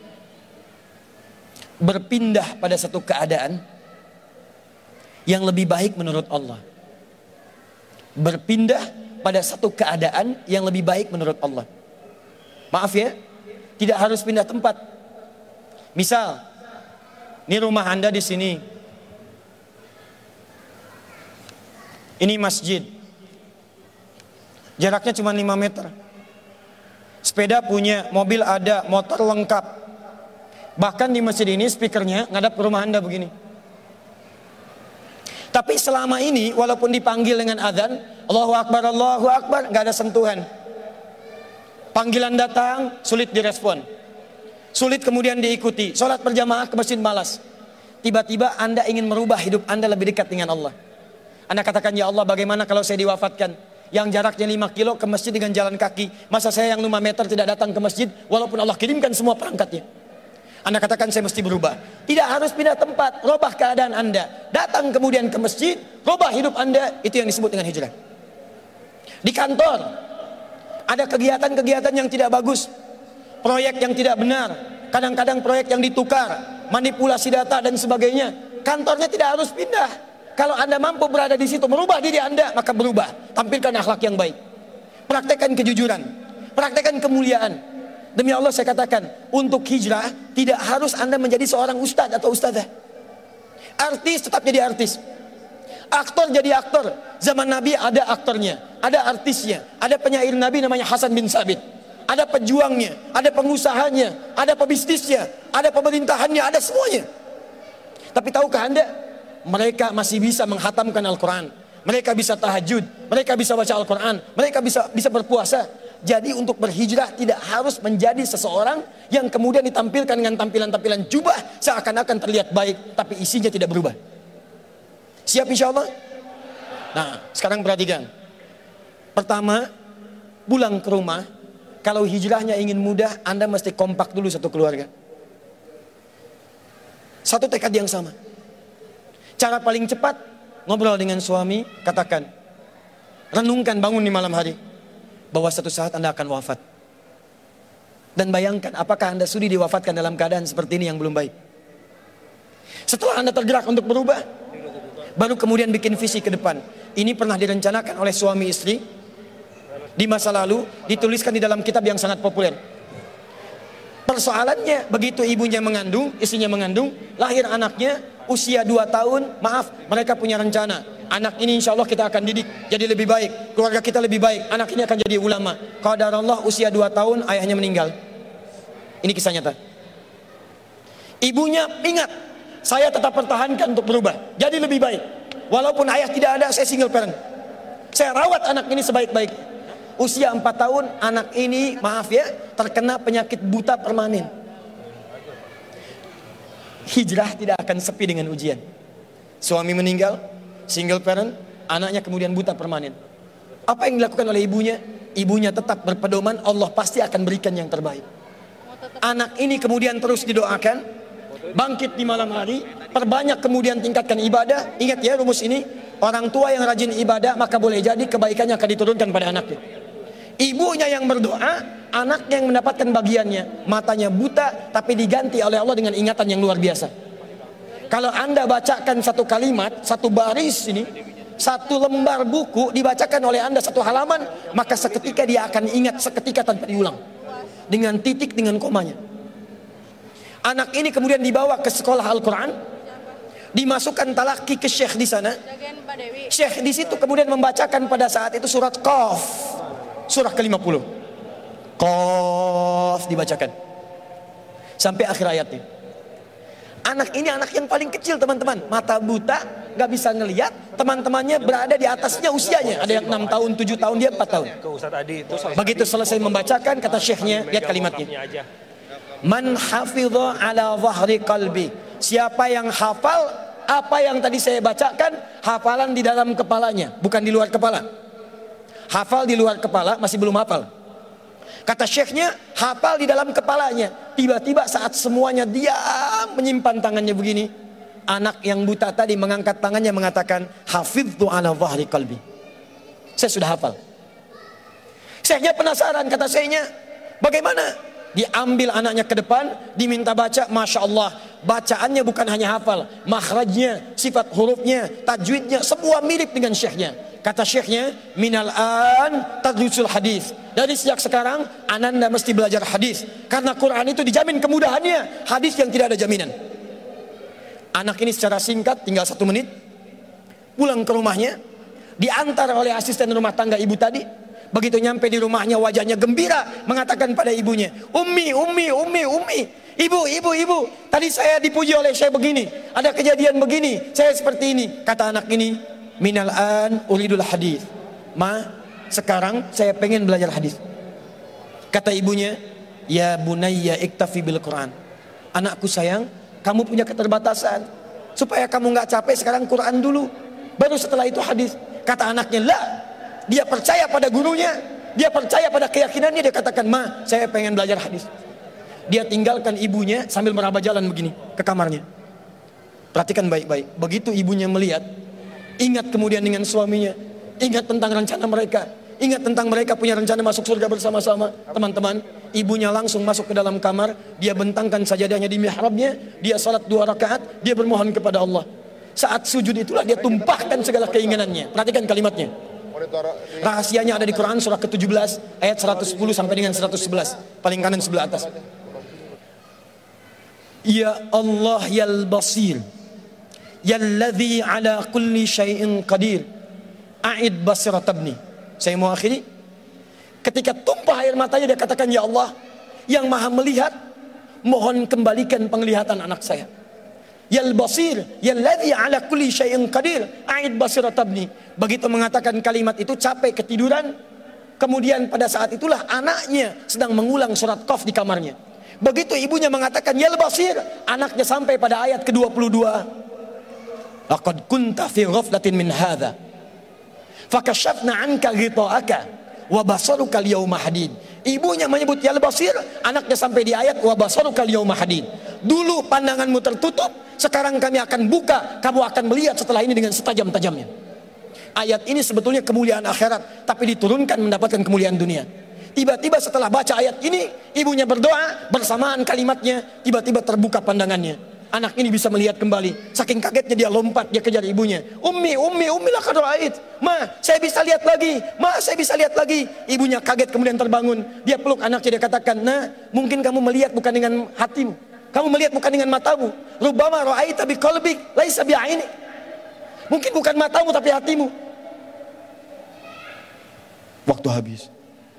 berpindah pada satu keadaan yang lebih baik menurut Allah. Berpindah pada satu keadaan yang lebih baik menurut Allah. Maaf ya, tidak harus pindah tempat. Misal, ini rumah Anda di sini. Ini masjid. Jaraknya cuma lima meter. Sepeda punya, mobil ada, motor lengkap. Bahkan di masjid ini speakernya ngadap ke rumah Anda begini. Tapi selama ini walaupun dipanggil dengan azan, Allahu Akbar, Allahu Akbar, nggak ada sentuhan. Panggilan datang, sulit direspon. Sulit kemudian diikuti. Sholat berjamaah ke masjid malas. Tiba-tiba Anda ingin merubah hidup Anda lebih dekat dengan Allah. Anda katakan, ya Allah, bagaimana kalau saya diwafatkan? Yang jaraknya lima kilo ke masjid dengan jalan kaki. Masa saya yang lima meter tidak datang ke masjid walaupun Allah kirimkan semua perangkatnya? Anda katakan saya mesti berubah. Tidak harus pindah tempat, robah keadaan Anda. Datang kemudian ke masjid, robah hidup Anda. Itu yang disebut dengan hijrah. Di kantor ada kegiatan-kegiatan yang tidak bagus, proyek yang tidak benar, kadang-kadang proyek yang ditukar, manipulasi data dan sebagainya. Kantornya tidak harus pindah. Kalau Anda mampu berada di situ, merubah diri Anda, maka berubah. Tampilkan akhlak yang baik. Praktekkan kejujuran. Praktekkan kemuliaan. Demi Allah saya katakan, untuk hijrah tidak harus Anda menjadi seorang ustadz atau ustadzah. Artis tetap jadi artis. Aktor jadi aktor. Zaman Nabi ada aktornya, ada artisnya, ada penyair Nabi namanya Hasan bin Sabit. Ada pejuangnya, ada pengusahanya, ada pebisnisnya, ada pemerintahannya, ada semuanya. Tapi tahukah Anda, mereka masih bisa menghatamkan Al-Quran, mereka bisa tahajud, mereka bisa baca Al-Quran, mereka bisa bisa berpuasa. Jadi untuk berhijrah tidak harus menjadi seseorang yang kemudian ditampilkan dengan tampilan-tampilan jubah seakan-akan terlihat baik, tapi isinya tidak berubah. Siap insya Allah? Nah, sekarang perhatikan. Pertama, pulang ke rumah. Kalau hijrahnya ingin mudah, Anda mesti kompak dulu satu keluarga. Satu tekad yang sama. Cara paling cepat, ngobrol dengan suami, katakan, renungkan bangun di malam hari, bahwa satu saat Anda akan wafat. Dan bayangkan, apakah Anda sudi diwafatkan dalam keadaan seperti ini yang belum baik? Setelah Anda tergerak untuk berubah, baru kemudian bikin visi ke depan. Ini pernah direncanakan oleh suami istri di masa lalu, dituliskan di dalam kitab yang sangat populer. Persoalannya, begitu ibunya mengandung, istrinya mengandung, lahir anaknya, usia dua tahun, maaf, mereka punya rencana. Anak ini insya Allah kita akan didik jadi lebih baik, keluarga kita lebih baik, anak ini akan jadi ulama. Qadarullah usia dua tahun, ayahnya meninggal. Ini kisah nyata. Ibunya ingat, saya tetap pertahankan untuk berubah, jadi lebih baik. Walaupun ayah tidak ada, saya single parent. Saya rawat anak ini sebaik-baik. Usia empat tahun, anak ini, maaf ya, terkena penyakit buta permanen. Hijrah tidak akan sepi dengan ujian. Suami meninggal, single parent, anaknya kemudian buta permanen. Apa yang dilakukan oleh ibunya? Ibunya tetap berpedoman, Allah pasti akan berikan yang terbaik. Anak ini kemudian terus didoakan, bangkit di malam hari, perbanyak kemudian tingkatkan ibadah. Ingat ya rumus ini, orang tua yang rajin ibadah maka boleh jadi kebaikannya akan diturunkan pada anaknya. Ibunya yang berdoa, anaknya yang mendapatkan bagiannya. Matanya buta tapi diganti oleh Allah dengan ingatan yang luar biasa. Kalau Anda bacakan satu kalimat, satu baris ini, satu lembar buku dibacakan oleh Anda satu halaman, maka seketika dia akan ingat seketika tanpa diulang. Dengan titik, dengan komanya. Anak ini kemudian dibawa ke sekolah Al-Quran, dimasukkan talaki ke syekh di sana. Syekh di situ kemudian membacakan pada saat itu surat Qaf, surah ke lima puluh. Qaf dibacakan sampai akhir ayatnya. Anak ini anak yang paling kecil teman-teman, mata buta, gak bisa ngelihat. Teman-temannya berada di atasnya usianya, ada yang enam tahun, tujuh tahun, dia empat tahun. Begitu selesai membacakan, kata syekhnya, lihat kalimatnya, man hafidha ala zahri qalbi, siapa yang hafal apa yang tadi saya bacakan, hafalan di dalam kepalanya, bukan di luar kepala. Hafal di luar kepala masih belum hafal. Kata syekhnya, hafal di dalam kepalanya. Tiba-tiba saat semuanya diam menyimpan tangannya begini, anak yang buta tadi mengangkat tangannya mengatakan, hafidtu ala zahri qalbi, saya sudah hafal. Syekhnya penasaran, kata syekhnya, bagaimana? Diambil anaknya ke depan, diminta baca, Masya Allah, bacaannya bukan hanya hafal, makhrajnya, sifat hurufnya, tajwidnya, semua mirip dengan syekhnya. Kata syekhnya, minal an tadrusul hadis, dari sejak sekarang ananda mesti belajar hadis, karena Quran itu dijamin kemudahannya, hadis yang tidak ada jaminan. Anak ini secara singkat, tinggal satu menit, pulang ke rumahnya, diantar oleh asisten rumah tangga ibu tadi. Begitu nyampe di rumahnya, wajahnya gembira, mengatakan pada ibunya, Ummi, Ummi, Ummi, Ummi, ibu, ibu, ibu, tadi saya dipuji oleh saya begini, ada kejadian begini, saya seperti ini. Kata anak ini, minal an uridul hadis, ma, sekarang saya pengen belajar hadis. Kata ibunya, ya bunayya iktafi bil Quran, anakku sayang, kamu punya keterbatasan, supaya kamu nggak capek sekarang Quran dulu, baru setelah itu hadis. Kata anaknya, lah, dia percaya pada gurunya, dia percaya pada keyakinannya, dia katakan, ma, saya pengen belajar hadis. Dia tinggalkan ibunya sambil meraba jalan begini ke kamarnya. Perhatikan baik-baik, begitu ibunya melihat, ingat kemudian dengan suaminya, ingat tentang rencana mereka, ingat tentang mereka punya rencana masuk surga bersama-sama. Teman-teman, ibunya langsung masuk ke dalam kamar, dia bentangkan sajadahnya di mihrabnya, dia salat dua rakaat, dia bermohon kepada Allah. Saat sujud itulah dia tumpahkan segala keinginannya. Perhatikan kalimatnya. Rahasianya ada di Quran surah ke tujuh belas ayat seratus sepuluh sampai dengan seratus sebelas, paling kanan sebelah atas. Ya Allah yal basir, yalladzi ala kulli syai'in qadir, a'id basirat ibni. Saya mau akhiri. Ketika tumpah air matanya dia katakan, ya Allah yang maha melihat, mohon kembalikan penglihatan anak saya. Yal basir, yalladzi ala kulli syai'in qadir, a'id basirat ibni. Begitu mengatakan kalimat itu, capek ketiduran, Kemudian pada saat itulah anaknya sedang mengulang surat Qaf di kamarnya. Begitu ibunya mengatakan Yal Basir, anaknya sampai pada ayat ke dua puluh dua. Laqad kunta fi ghaflatin min hadza fakashafna 'anka ghita'aka wa basaruka al-yawma hadid. Ibunya menyebut Yal Basir, anaknya sampai di ayat wa basaruka al-yawma hadid. Dulu pandanganmu tertutup, sekarang kami akan buka, kamu akan melihat setelah ini dengan setajam-tajamnya. Ayat ini sebetulnya kemuliaan akhirat, tapi diturunkan mendapatkan kemuliaan dunia. Tiba-tiba setelah baca ayat ini, ibunya berdoa, bersamaan kalimatnya, tiba-tiba terbuka pandangannya. Anak ini bisa melihat kembali. Saking kagetnya dia lompat, dia kejar ibunya. Ummi, ummi, ummi laqad ra'ait. Ma, saya bisa lihat lagi. Ma, saya bisa lihat lagi. Ibunya kaget kemudian terbangun. Dia peluk anaknya, dia katakan, nah, mungkin kamu melihat bukan dengan hatimu. Kamu melihat bukan dengan matamu. Rubbama ra'aita biqalbik, laisa bi'ainik. Mungkin bukan matamu tapi hatimu. Waktu habis.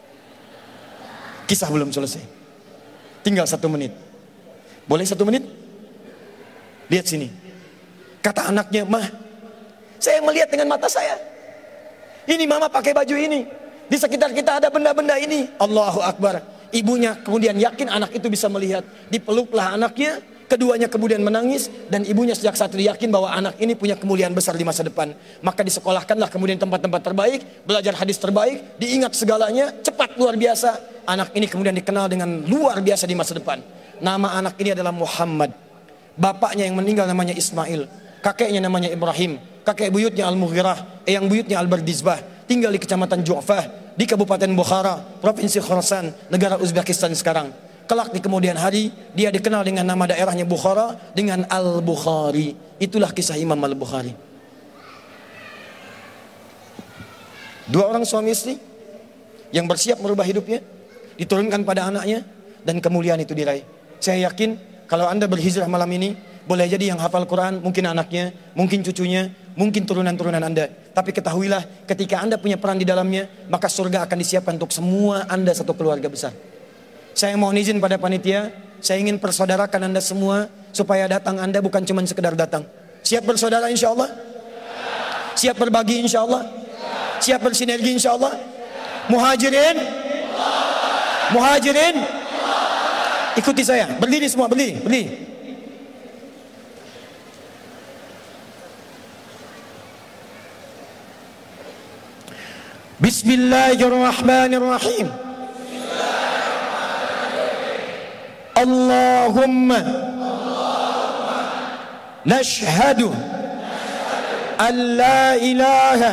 Kisah belum selesai. Tinggal satu menit. Boleh satu menit? Lihat sini. Kata anaknya, "Mah, saya melihat dengan mata saya. Ini mama pakai baju ini. Di sekitar kita ada benda-benda ini." Allahu Akbar. Ibunya kemudian yakin anak itu bisa melihat. Dipeluklah anaknya. Keduanya kemudian menangis, dan ibunya sejak saat itu yakin bahwa anak ini punya kemuliaan besar di masa depan. Maka disekolahkanlah kemudian tempat-tempat terbaik, belajar hadis terbaik, diingat segalanya, cepat luar biasa. Anak ini kemudian dikenal dengan luar biasa di masa depan. Nama anak ini adalah Muhammad. Bapaknya yang meninggal namanya Ismail, kakeknya namanya Ibrahim, kakek buyutnya Al-Mughirah, eyang buyutnya Al-Bardizbah. Tinggal di kecamatan Ju'fah, di Kabupaten Bukhara, Provinsi Khorasan, negara Uzbekistan sekarang. Kelak di kemudian hari dia dikenal dengan nama daerahnya Bukhara dengan Al-Bukhari. Itulah kisah Imam Al-Bukhari. Dua orang suami istri yang bersiap merubah hidupnya, diturunkan pada anaknya, dan kemuliaan itu diraih. Saya yakin kalau Anda berhijrah malam ini, boleh jadi yang hafal Quran mungkin anaknya, mungkin cucunya, mungkin turunan-turunan Anda. Tapi ketahuilah, ketika Anda punya peran di dalamnya, maka surga akan disiapkan untuk semua Anda satu keluarga besar. Saya mohon izin pada panitia, saya ingin persaudarakan Anda semua supaya datang Anda bukan cuma sekedar datang. Siap bersaudara insya Allah? Siap berbagi insya Allah? Siap bersinergi insya Allah? Muhajirin? Muhajirin? Ikuti saya, berdiri semua, berdiri, berdiri. Bismillahirrahmanirrahim. Allahumma nashhadu an la ilaha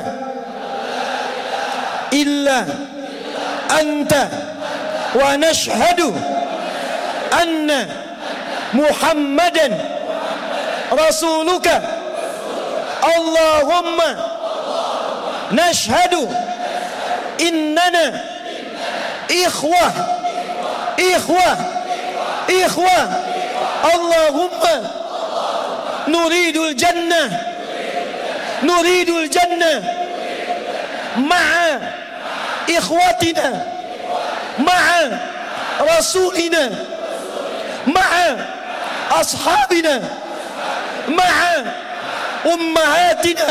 illa anta wa nashhadu anna Muhammadan rasuluka. Allahumma nashhadu innana ikhwah ikhwah ikhwah. Allahumma nuridul jannah nuridul jannah ma'a ikhwatina ma'a rasulina ma'a ashabina ma'a ummahatina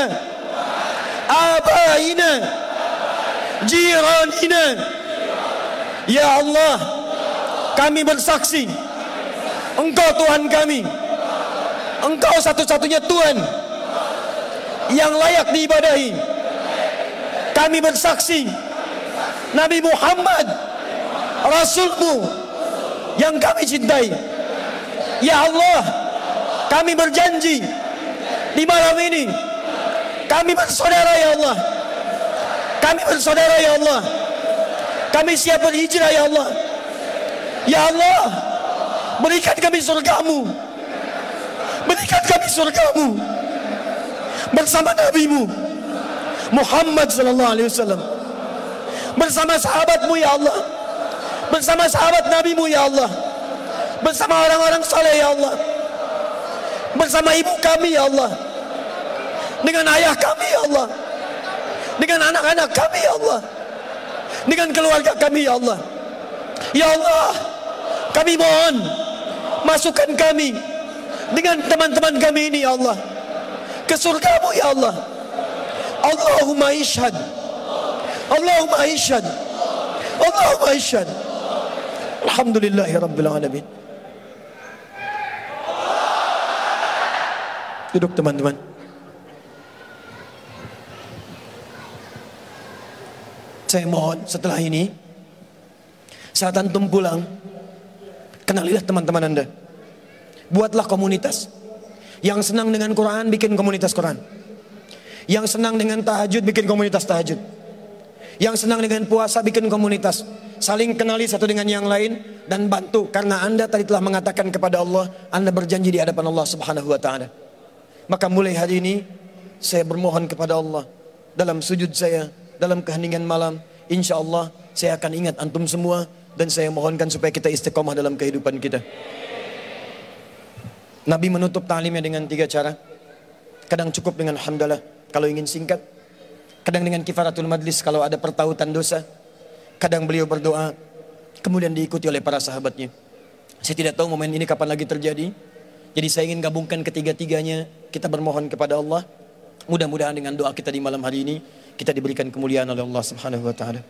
abaina jiranina. Ya Allah, kami bersaksi Engkau Tuhan kami, Engkau satu-satunya Tuhan yang layak diibadahi. Kami bersaksi Nabi Muhammad Rasulmu yang kami cintai. Ya Allah, kami berjanji di malam ini kami bersaudara ya Allah. Kami bersaudara ya Allah. Kami siap berhijrah ya Allah. Ya Allah, berikan kami surgamu, berikan kami surgamu bersama Nabi-Mu Muhammad sallallahu alaihi wasallam, bersama sahabat-Mu ya Allah, bersama sahabat Nabi-Mu ya Allah, bersama orang-orang saleh ya Allah, bersama ibu kami ya Allah, dengan ayah kami ya Allah, dengan anak-anak kami ya Allah, dengan keluarga kami ya Allah. Ya Allah, kami mohon masukkan kami dengan teman-teman kami ini ya Allah ke surga-Mu ya Allah. Allahumma ishhad, Allahumma ishhad Allahumma asyhad. Alhamdulillahi rabbil alamin. Duduk teman-teman. Saya mohon setelah ini, saat antum pulang, kenalilah teman-teman anda. Buatlah komunitas. Yang senang dengan Quran, bikin komunitas Quran. Yang senang dengan tahajud, bikin komunitas tahajud. Yang senang dengan puasa, bikin komunitas. Saling kenali satu dengan yang lain dan bantu. Karena anda tadi telah mengatakan kepada Allah, anda berjanji di hadapan Allah subhanahu wa ta'ala. Maka mulai hari ini saya bermohon kepada Allah, dalam sujud saya, dalam keheningan malam, insya Allah saya akan ingat antum semua. Dan saya mohonkan supaya kita istiqomah dalam kehidupan kita. Nabi menutup ta'limnya dengan tiga cara. Kadang cukup dengan hamdalah kalau ingin singkat. Kadang dengan kifaratul majlis kalau ada pertautan dosa. Kadang beliau berdoa, kemudian diikuti oleh para sahabatnya. Saya tidak tahu momen ini kapan lagi terjadi. Jadi saya ingin gabungkan ketiga-tiganya. Kita bermohon kepada Allah. Mudah-mudahan dengan doa kita di malam hari ini, kita diberikan kemuliaan oleh Allah subhanahu wa ta'ala.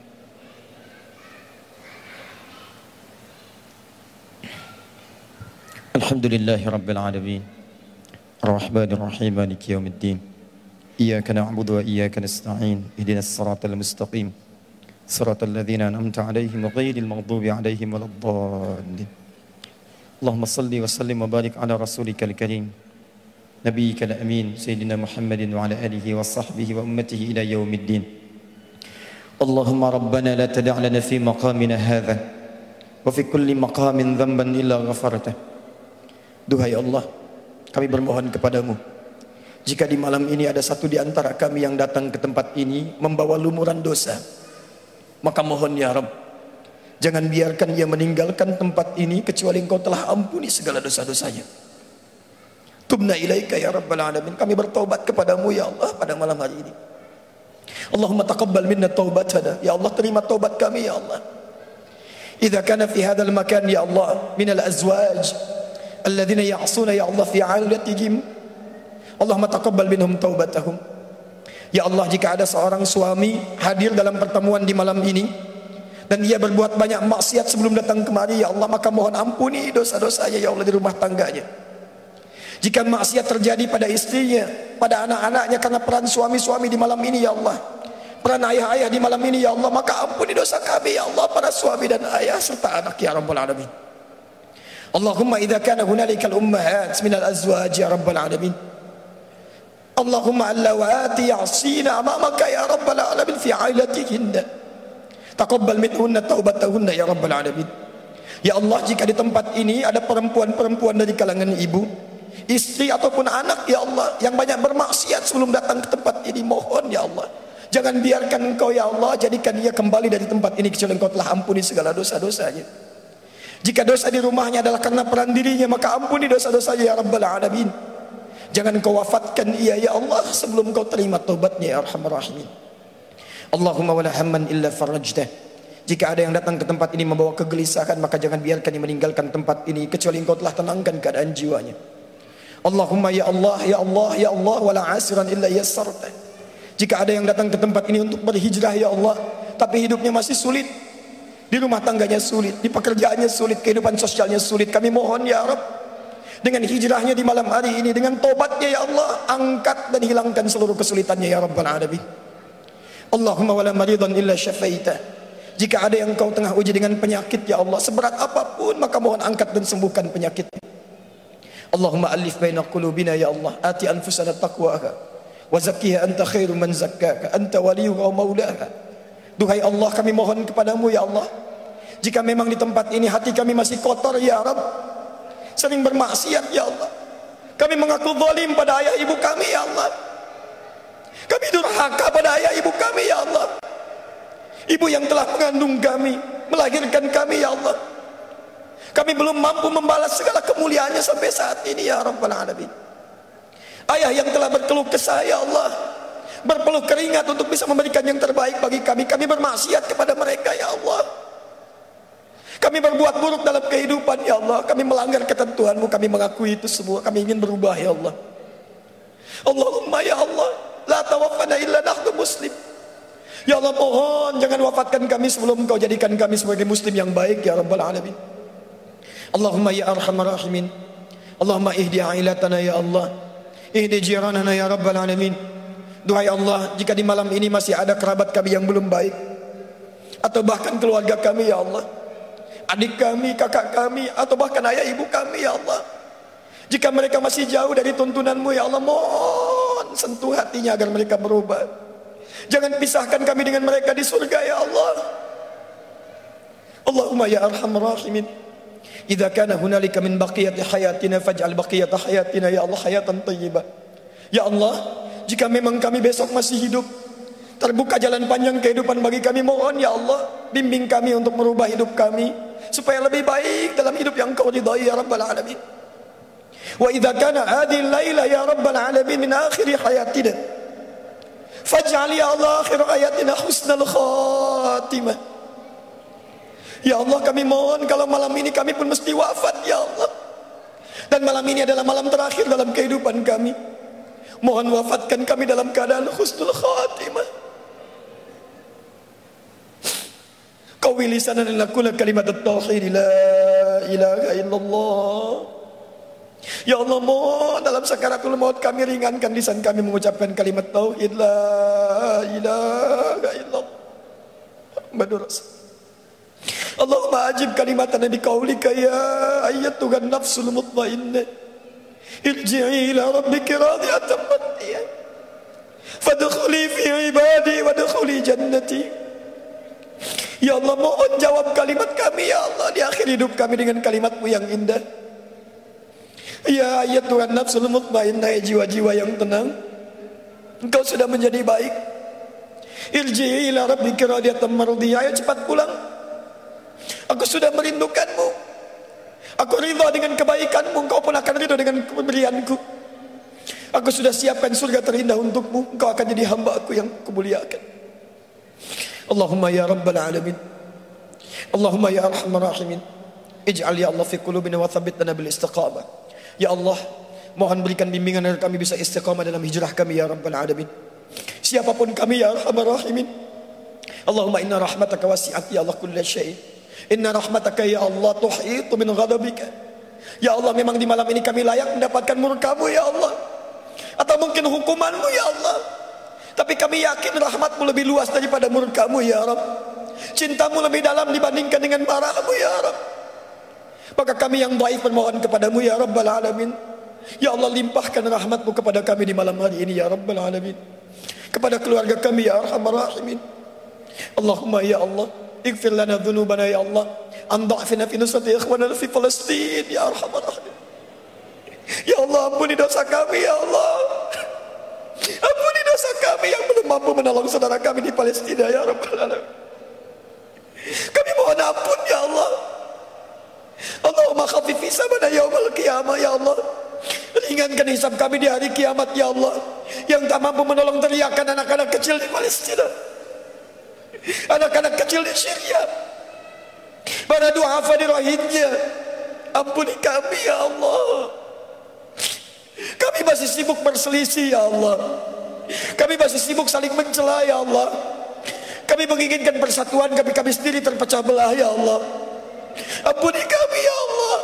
Alhamdulillahi rabbil alamin. Ar-Rahmanir Rahim, Maliki yaumiddin. Iyyaka na'budu wa iyyaka nasta'in. Ihdinas siratal mustaqim. Siratal ladzina an'amta 'alaihim ghairil maghdubi 'alaihim waladdallin. Allahumma salli wa sallim wa barik ala rasulika al-karim nabiyyika al-amin sayyidina Muhammadin wa ala alihi wa sahbihi wa ummatihi ila yaumiddin. Allahumma rabbana la tada' lana fi maqamina hadha wa fi kulli maqamin dhanban illa ghafartah. Duhai Allah, kami bermohon kepadamu, jika di malam ini ada satu di antara kami yang datang ke tempat ini membawa lumuran dosa, maka mohon ya Rabb, jangan biarkan ia meninggalkan tempat ini kecuali Engkau telah ampuni segala dosa-dosanya. Tubna ilaika ya Rabbal alamin. Kami bertaubat kepadamu ya Allah pada malam hari ini. Allahumma taqabbal minna taubatana. Ya Allah, terima taubat kami ya Allah. Idza kana fi hadzal makan ya Allah min al-azwaj alladhina ya'suna ya Allah fi 'ailatihim, Allahumma taqabbal minhum taubatahum. Ya Allah, jika ada seorang suami hadir dalam pertemuan di malam ini dan ia berbuat banyak maksiat sebelum datang kemari, ya Allah, maka mohon ampuni dosa-dosanya ya Allah di rumah tangganya. Jika maksiat terjadi pada istrinya, pada anak-anaknya karena peran suami-suami di malam ini ya Allah, peran ayah-ayah di malam ini ya Allah, maka ampuni dosa kami ya Allah, para suami dan ayah serta anak ya Rabbal alamin. Allahumma idza kana hunalika al-ummahat min al-azwaj ya Rabbal alamin, Allahumma allawati ya'sina amamaka ya Rabbal alamin fi 'ailatihinna, taqabbal minhunna taubatahunna ya Rabbal alamin. Ya Allah, jika di tempat ini ada perempuan-perempuan dari kalangan ibu, istri ataupun anak ya Allah yang banyak bermaksiat sebelum datang ke tempat ini, mohon ya Allah, jangan biarkan Engkau ya Allah jadikan dia kembali dari tempat ini kecuali Engkau telah ampuni segala dosa-dosanya. Jika dosa di rumahnya adalah karena peran dirinya, maka ampuni dosa-dosanya ya Rabbal alamin. Jangan Engkau wafatkan ia ya Allah sebelum Engkau terima taubatnya ya Arhamar Rahimin. Allahumma wala hamman illa farajtah. Jika ada yang datang ke tempat ini membawa kegelisahan, maka jangan biarkan dia meninggalkan tempat ini kecuali Engkau telah tenangkan keadaan jiwanya. Allahumma ya Allah ya Allah ya Allah wala asiran illa yassartah. Jika ada yang datang ke tempat ini untuk berhijrah ya Allah, tapi hidupnya masih sulit, di rumah tangganya sulit, di pekerjaannya sulit, kehidupan sosialnya sulit, kami mohon ya Rabb, dengan hijrahnya di malam hari ini, dengan tobatnya ya Allah, angkat dan hilangkan seluruh kesulitannya ya Rabbal alamin. Allahumma wala maridan illa syafaitah. Jika ada yang Engkau tengah uji dengan penyakit ya Allah, seberat apapun, maka mohon angkat dan sembuhkan penyakit. Allahumma alif baina qulubina ya Allah, ati anfusana taqwaha wa zakkiha anta khairu man zakkaka anta waliyuha wa maulaha. Duhai Allah, kami mohon kepadamu ya Allah, jika memang di tempat ini hati kami masih kotor ya Rabb, sering bermaksiat ya Allah, kami mengaku zalim pada ayah ibu kami ya Allah, kami durhaka pada ayah ibu kami ya Allah, ibu yang telah mengandung kami, melahirkan kami ya Allah, kami belum mampu membalas segala kemuliaannya sampai saat ini ya Rabbal alamin. Ayah yang telah berkeluh kesah ya Allah, berpeluh keringat untuk bisa memberikan yang terbaik bagi kami, kami bermaksiat kepada mereka ya Allah, kami berbuat buruk dalam kehidupan ya Allah, kami melanggar ketentuan-Mu, kami mengakui itu semua, kami ingin berubah ya Allah. Allahumma ya Allah, la tawaffana illa nahnu muslim. Ya Allah, mohon jangan wafatkan kami sebelum Engkau jadikan kami sebagai muslim yang baik ya Rabbal Alamin. Allahumma ya arhamar rahimin, Allahumma ihdi ailatana ya Allah, ihdi jiranana ya Rabbal Alamin. Duhai Allah, jika di malam ini masih ada kerabat kami yang belum baik, atau bahkan keluarga kami ya Allah, adik kami, kakak kami, atau bahkan ayah ibu kami ya Allah, jika mereka masih jauh dari tuntunanmu ya Allah, mohon sentuh hatinya agar mereka berubah. Jangan pisahkan kami dengan mereka di surga ya Allah. Allahumma ya arhamar rahimin, idza kana hunalika min baqiyati hayatina faj'al baqiyata hayatina ya Allah hayatan thayyibah. Ya Allah, jika memang kami besok masih hidup, terbuka jalan panjang kehidupan bagi kami, mohon ya Allah, bimbing kami untuk merubah hidup kami supaya lebih baik dalam hidup yang Kau ridhai ya Rabbal Alamin. Wa idza kana hadhihi al-laila ya Rabbal Alamin min akhir hayatina faj'al ya Allah akhir hayatina husnal khatimah. Ya Allah, kami mohon kalau malam ini kami pun mesti wafat ya Allah, dan malam ini adalah malam terakhir dalam kehidupan kami, mohon wafatkan kami dalam keadaan husnul khatimah. Qawi lisanan laqul kalimat at-tauhid la ilaha illallah. Ya Allah, mohon dalam sakaratul maut kami ringankan lisan kami mengucapkan kalimat tauhid la ilaha illallah Muhammadur Rasul. Allahumma ajib kalimatana biqaulika ya ayyatuhan nafsul mutmainnah irji'i ila rabbiki radiyatan mardiyah fadkhuli fi ibadi wadkhuli jannati. Ya Allah, mohon jawab kalimat kami ya Allah di akhir hidup kami dengan kalimat-Mu yang indah. Ya ayat Tuhan nafsul mutmainnah, jiwa-jiwa yang tenang, Engkau sudah menjadi baik. Irji'i ila rabbika radiyatan mardiyah, ayo cepat pulang. Aku sudah merindukanmu. Aku ridha dengan kebaikanmu, Engkau pun akan ridha dengan pemberianku. Aku sudah siapkan surga terindah untukmu, Engkau akan jadi hamba aku yang kumuliakan. Allahumma ya Rabbal Alamin, Allahumma ya Arhamar Rahimin, ij'al ya Allah fi qulubina wa thabbitna bil istiqamah. Ya Allah, mohon berikan bimbingan agar kami bisa istiqamah dalam hijrah kami ya Rabbal Alamin. Siapapun kami ya Arhamar Rahimin, Allahumma inna rahmataka wasi'at ya Allah kulla syai'. Inna rahmataka ya Allah tuhitu min ghadabika. Ya Allah, memang di malam ini kami layak mendapatkan murka-Mu ya Allah, atau mungkin hukuman-Mu ya Allah, tapi kami yakin rahmat-Mu lebih luas daripada murka-Mu ya Rabb. Cinta-Mu lebih dalam dibandingkan dengan marah-Mu ya Rabb. Maka kami yang baik bermohon kepadamu ya Rabbal Alamin. Ya Allah, limpahkan rahmat-Mu kepada kami di malam hari ini ya Rabbal Alamin, kepada keluarga kami ya Arhamar Rahimin. Allahumma ya Allah, ighfir lana dhunubana ya Allah, an dha'fina fi nusrati ikhwanana fi Palestin ya Arhamar Rahimin. Ya Allah, ampuni dosa kami ya Allah, ampuni dosa kami yang belum mampu menolong saudara kami di Palestina ya Rabbal Alamin. Kami mohon ampun ya Allah. Allahumma khaffif hisabana yaumal qiyamah ya Allah, ringankan hisab kami di hari kiamat ya Allah, yang tak mampu menolong teriakan anak-anak kecil di Palestina, anak-anak kecil di Syria, para du'afa di Rohingya. Ampuni kami ya Allah. Kami masih sibuk berselisih ya Allah, kami masih sibuk saling mencela ya Allah. Kami menginginkan persatuan, kami kami sendiri terpecah belah ya Allah. Ampuni kami ya Allah.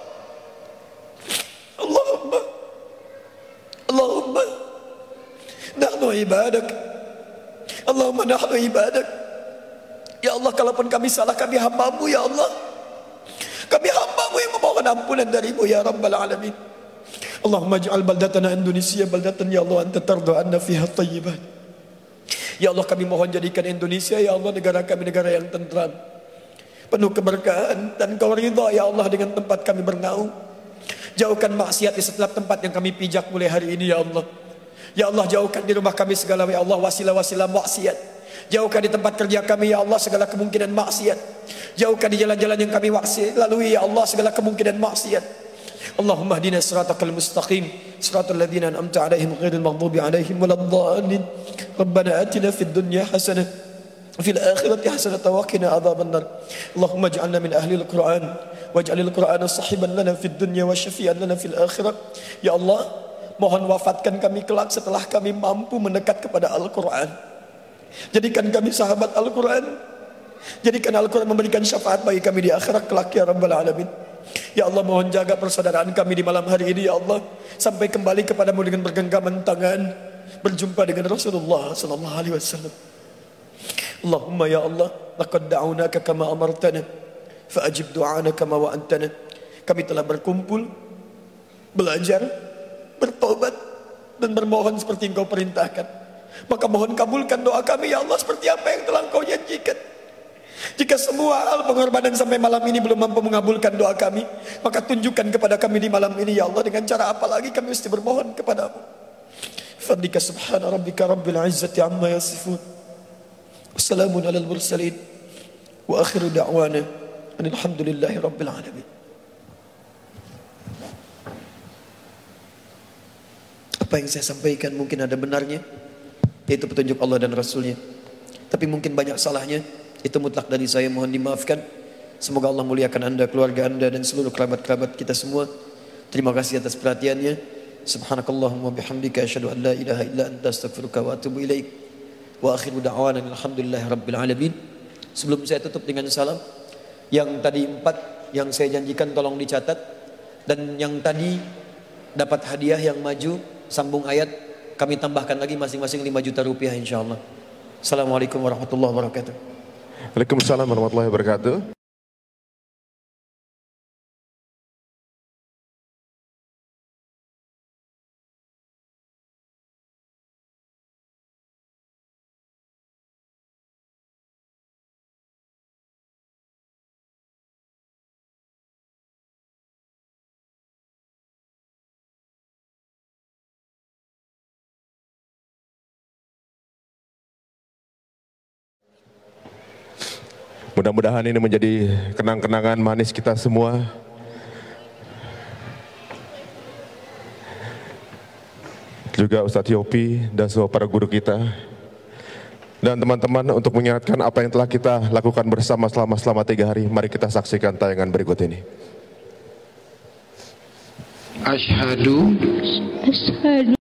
Allahumma Allahumma nahnu ibadak, Allahumma nahnu ibadak. Ya Allah, kalaupun kami salah, kami hamba-Mu ya Allah, kami hamba-Mu yang memohon ampunan dari-Mu ya Rabbal Alamin. Allahumma ij'al baldatana Indonesia baldatan ya Allah anta tarda anna fiha thayyibat. Ya Allah, kami mohon jadikan Indonesia ya Allah negara kami negara yang tentram, penuh keberkahan, dan Kau ridha ya Allah dengan tempat kami bernaung. Jauhkan maksiat di setiap tempat yang kami pijak mulai hari ini ya Allah. Ya Allah, jauhkan di rumah kami segala ya Allah wasilah-wasilah maksiat. Jauhkan di tempat kerja kami ya Allah segala kemungkinan maksiat. Jauhkan di jalan-jalan yang kami maksiat lalui ya Allah segala kemungkinan maksiat. Allahumma hdina siratal mustaqim, siratal ladzina an'amta 'alaihim ghairil maghdubi 'alaihim waladdallin. Rabbana atina fid dunya hasanah وفي الآخرة حسنة وقنا عذاب النار. اللهم اجعلنا من أهل القرآن واجعل القرآن صاحبا لنا في الدنيا وشفيعا لنا في الآخرة. Ya Allah, mohon wafatkan kami kelak setelah kami mampu mendekat kepada Al-Quran. Jadikan kami sahabat Al-Quran. Jadikan Al-Quran memberikan syafaat bagi kami di akhirat kelak ya Rabbal Alamin. Ya Allah, mohon jaga persaudaraan kami di malam hari ini ya Allah, sampai kembali kepadamu dengan bergenggaman tangan, berjumpa dengan Rasulullah sallallahu alaihi wasallam. Allahumma ya Allah, laqad da'unaka kama amartana fa'ajib du'ana kama wa'antana. Kami telah berkumpul, belajar, bertobat dan bermohon seperti Engkau perintahkan. Maka mohon kabulkan doa kami ya Allah seperti apa yang telah Engkau janjikan. Jika semua hal pengorbanan sampai malam ini belum mampu mengabulkan doa kami, maka tunjukkan kepada kami di malam ini ya Allah, dengan cara apa lagi kami mesti bermohon kepadamu. Fadlika subhana rabbika rabbil izzati amma yasifun, wassalamun alal mursalin, wa akhiru da'wana alhamdulillahi rabbil alamin. Apa yang saya sampaikan mungkin ada benarnya, yaitu petunjuk Allah dan Rasulnya, tapi mungkin banyak salahnya. Itu mutlak dari saya, mohon dimaafkan. Semoga Allah muliakan anda, keluarga anda, dan seluruh kerabat-kerabat kita semua. Terima kasih atas perhatiannya. Subhanakallahumma bihamdika asyhadu an la ilaha illa anta astaghfiruka wa atubu ilaik. Wa akhiru da'wana alhamdulillahi rabbil alamin. Sebelum saya tutup dengan salam, yang tadi empat yang saya janjikan tolong dicatat, dan yang tadi dapat hadiah yang maju sambung ayat, kami tambahkan lagi masing-masing lima juta rupiah insyaallah. Assalamualaikum warahmatullahi wabarakatuh. Waalaikumsalam warahmatullahi wabarakatuh. Mudah-mudahan ini menjadi kenang-kenangan manis kita semua. Juga Ustadz Yopi dan semua para guru kita. Dan teman-teman, untuk mengingatkan apa yang telah kita lakukan bersama selama selama tiga hari, mari kita saksikan tayangan berikut ini. Asyhadu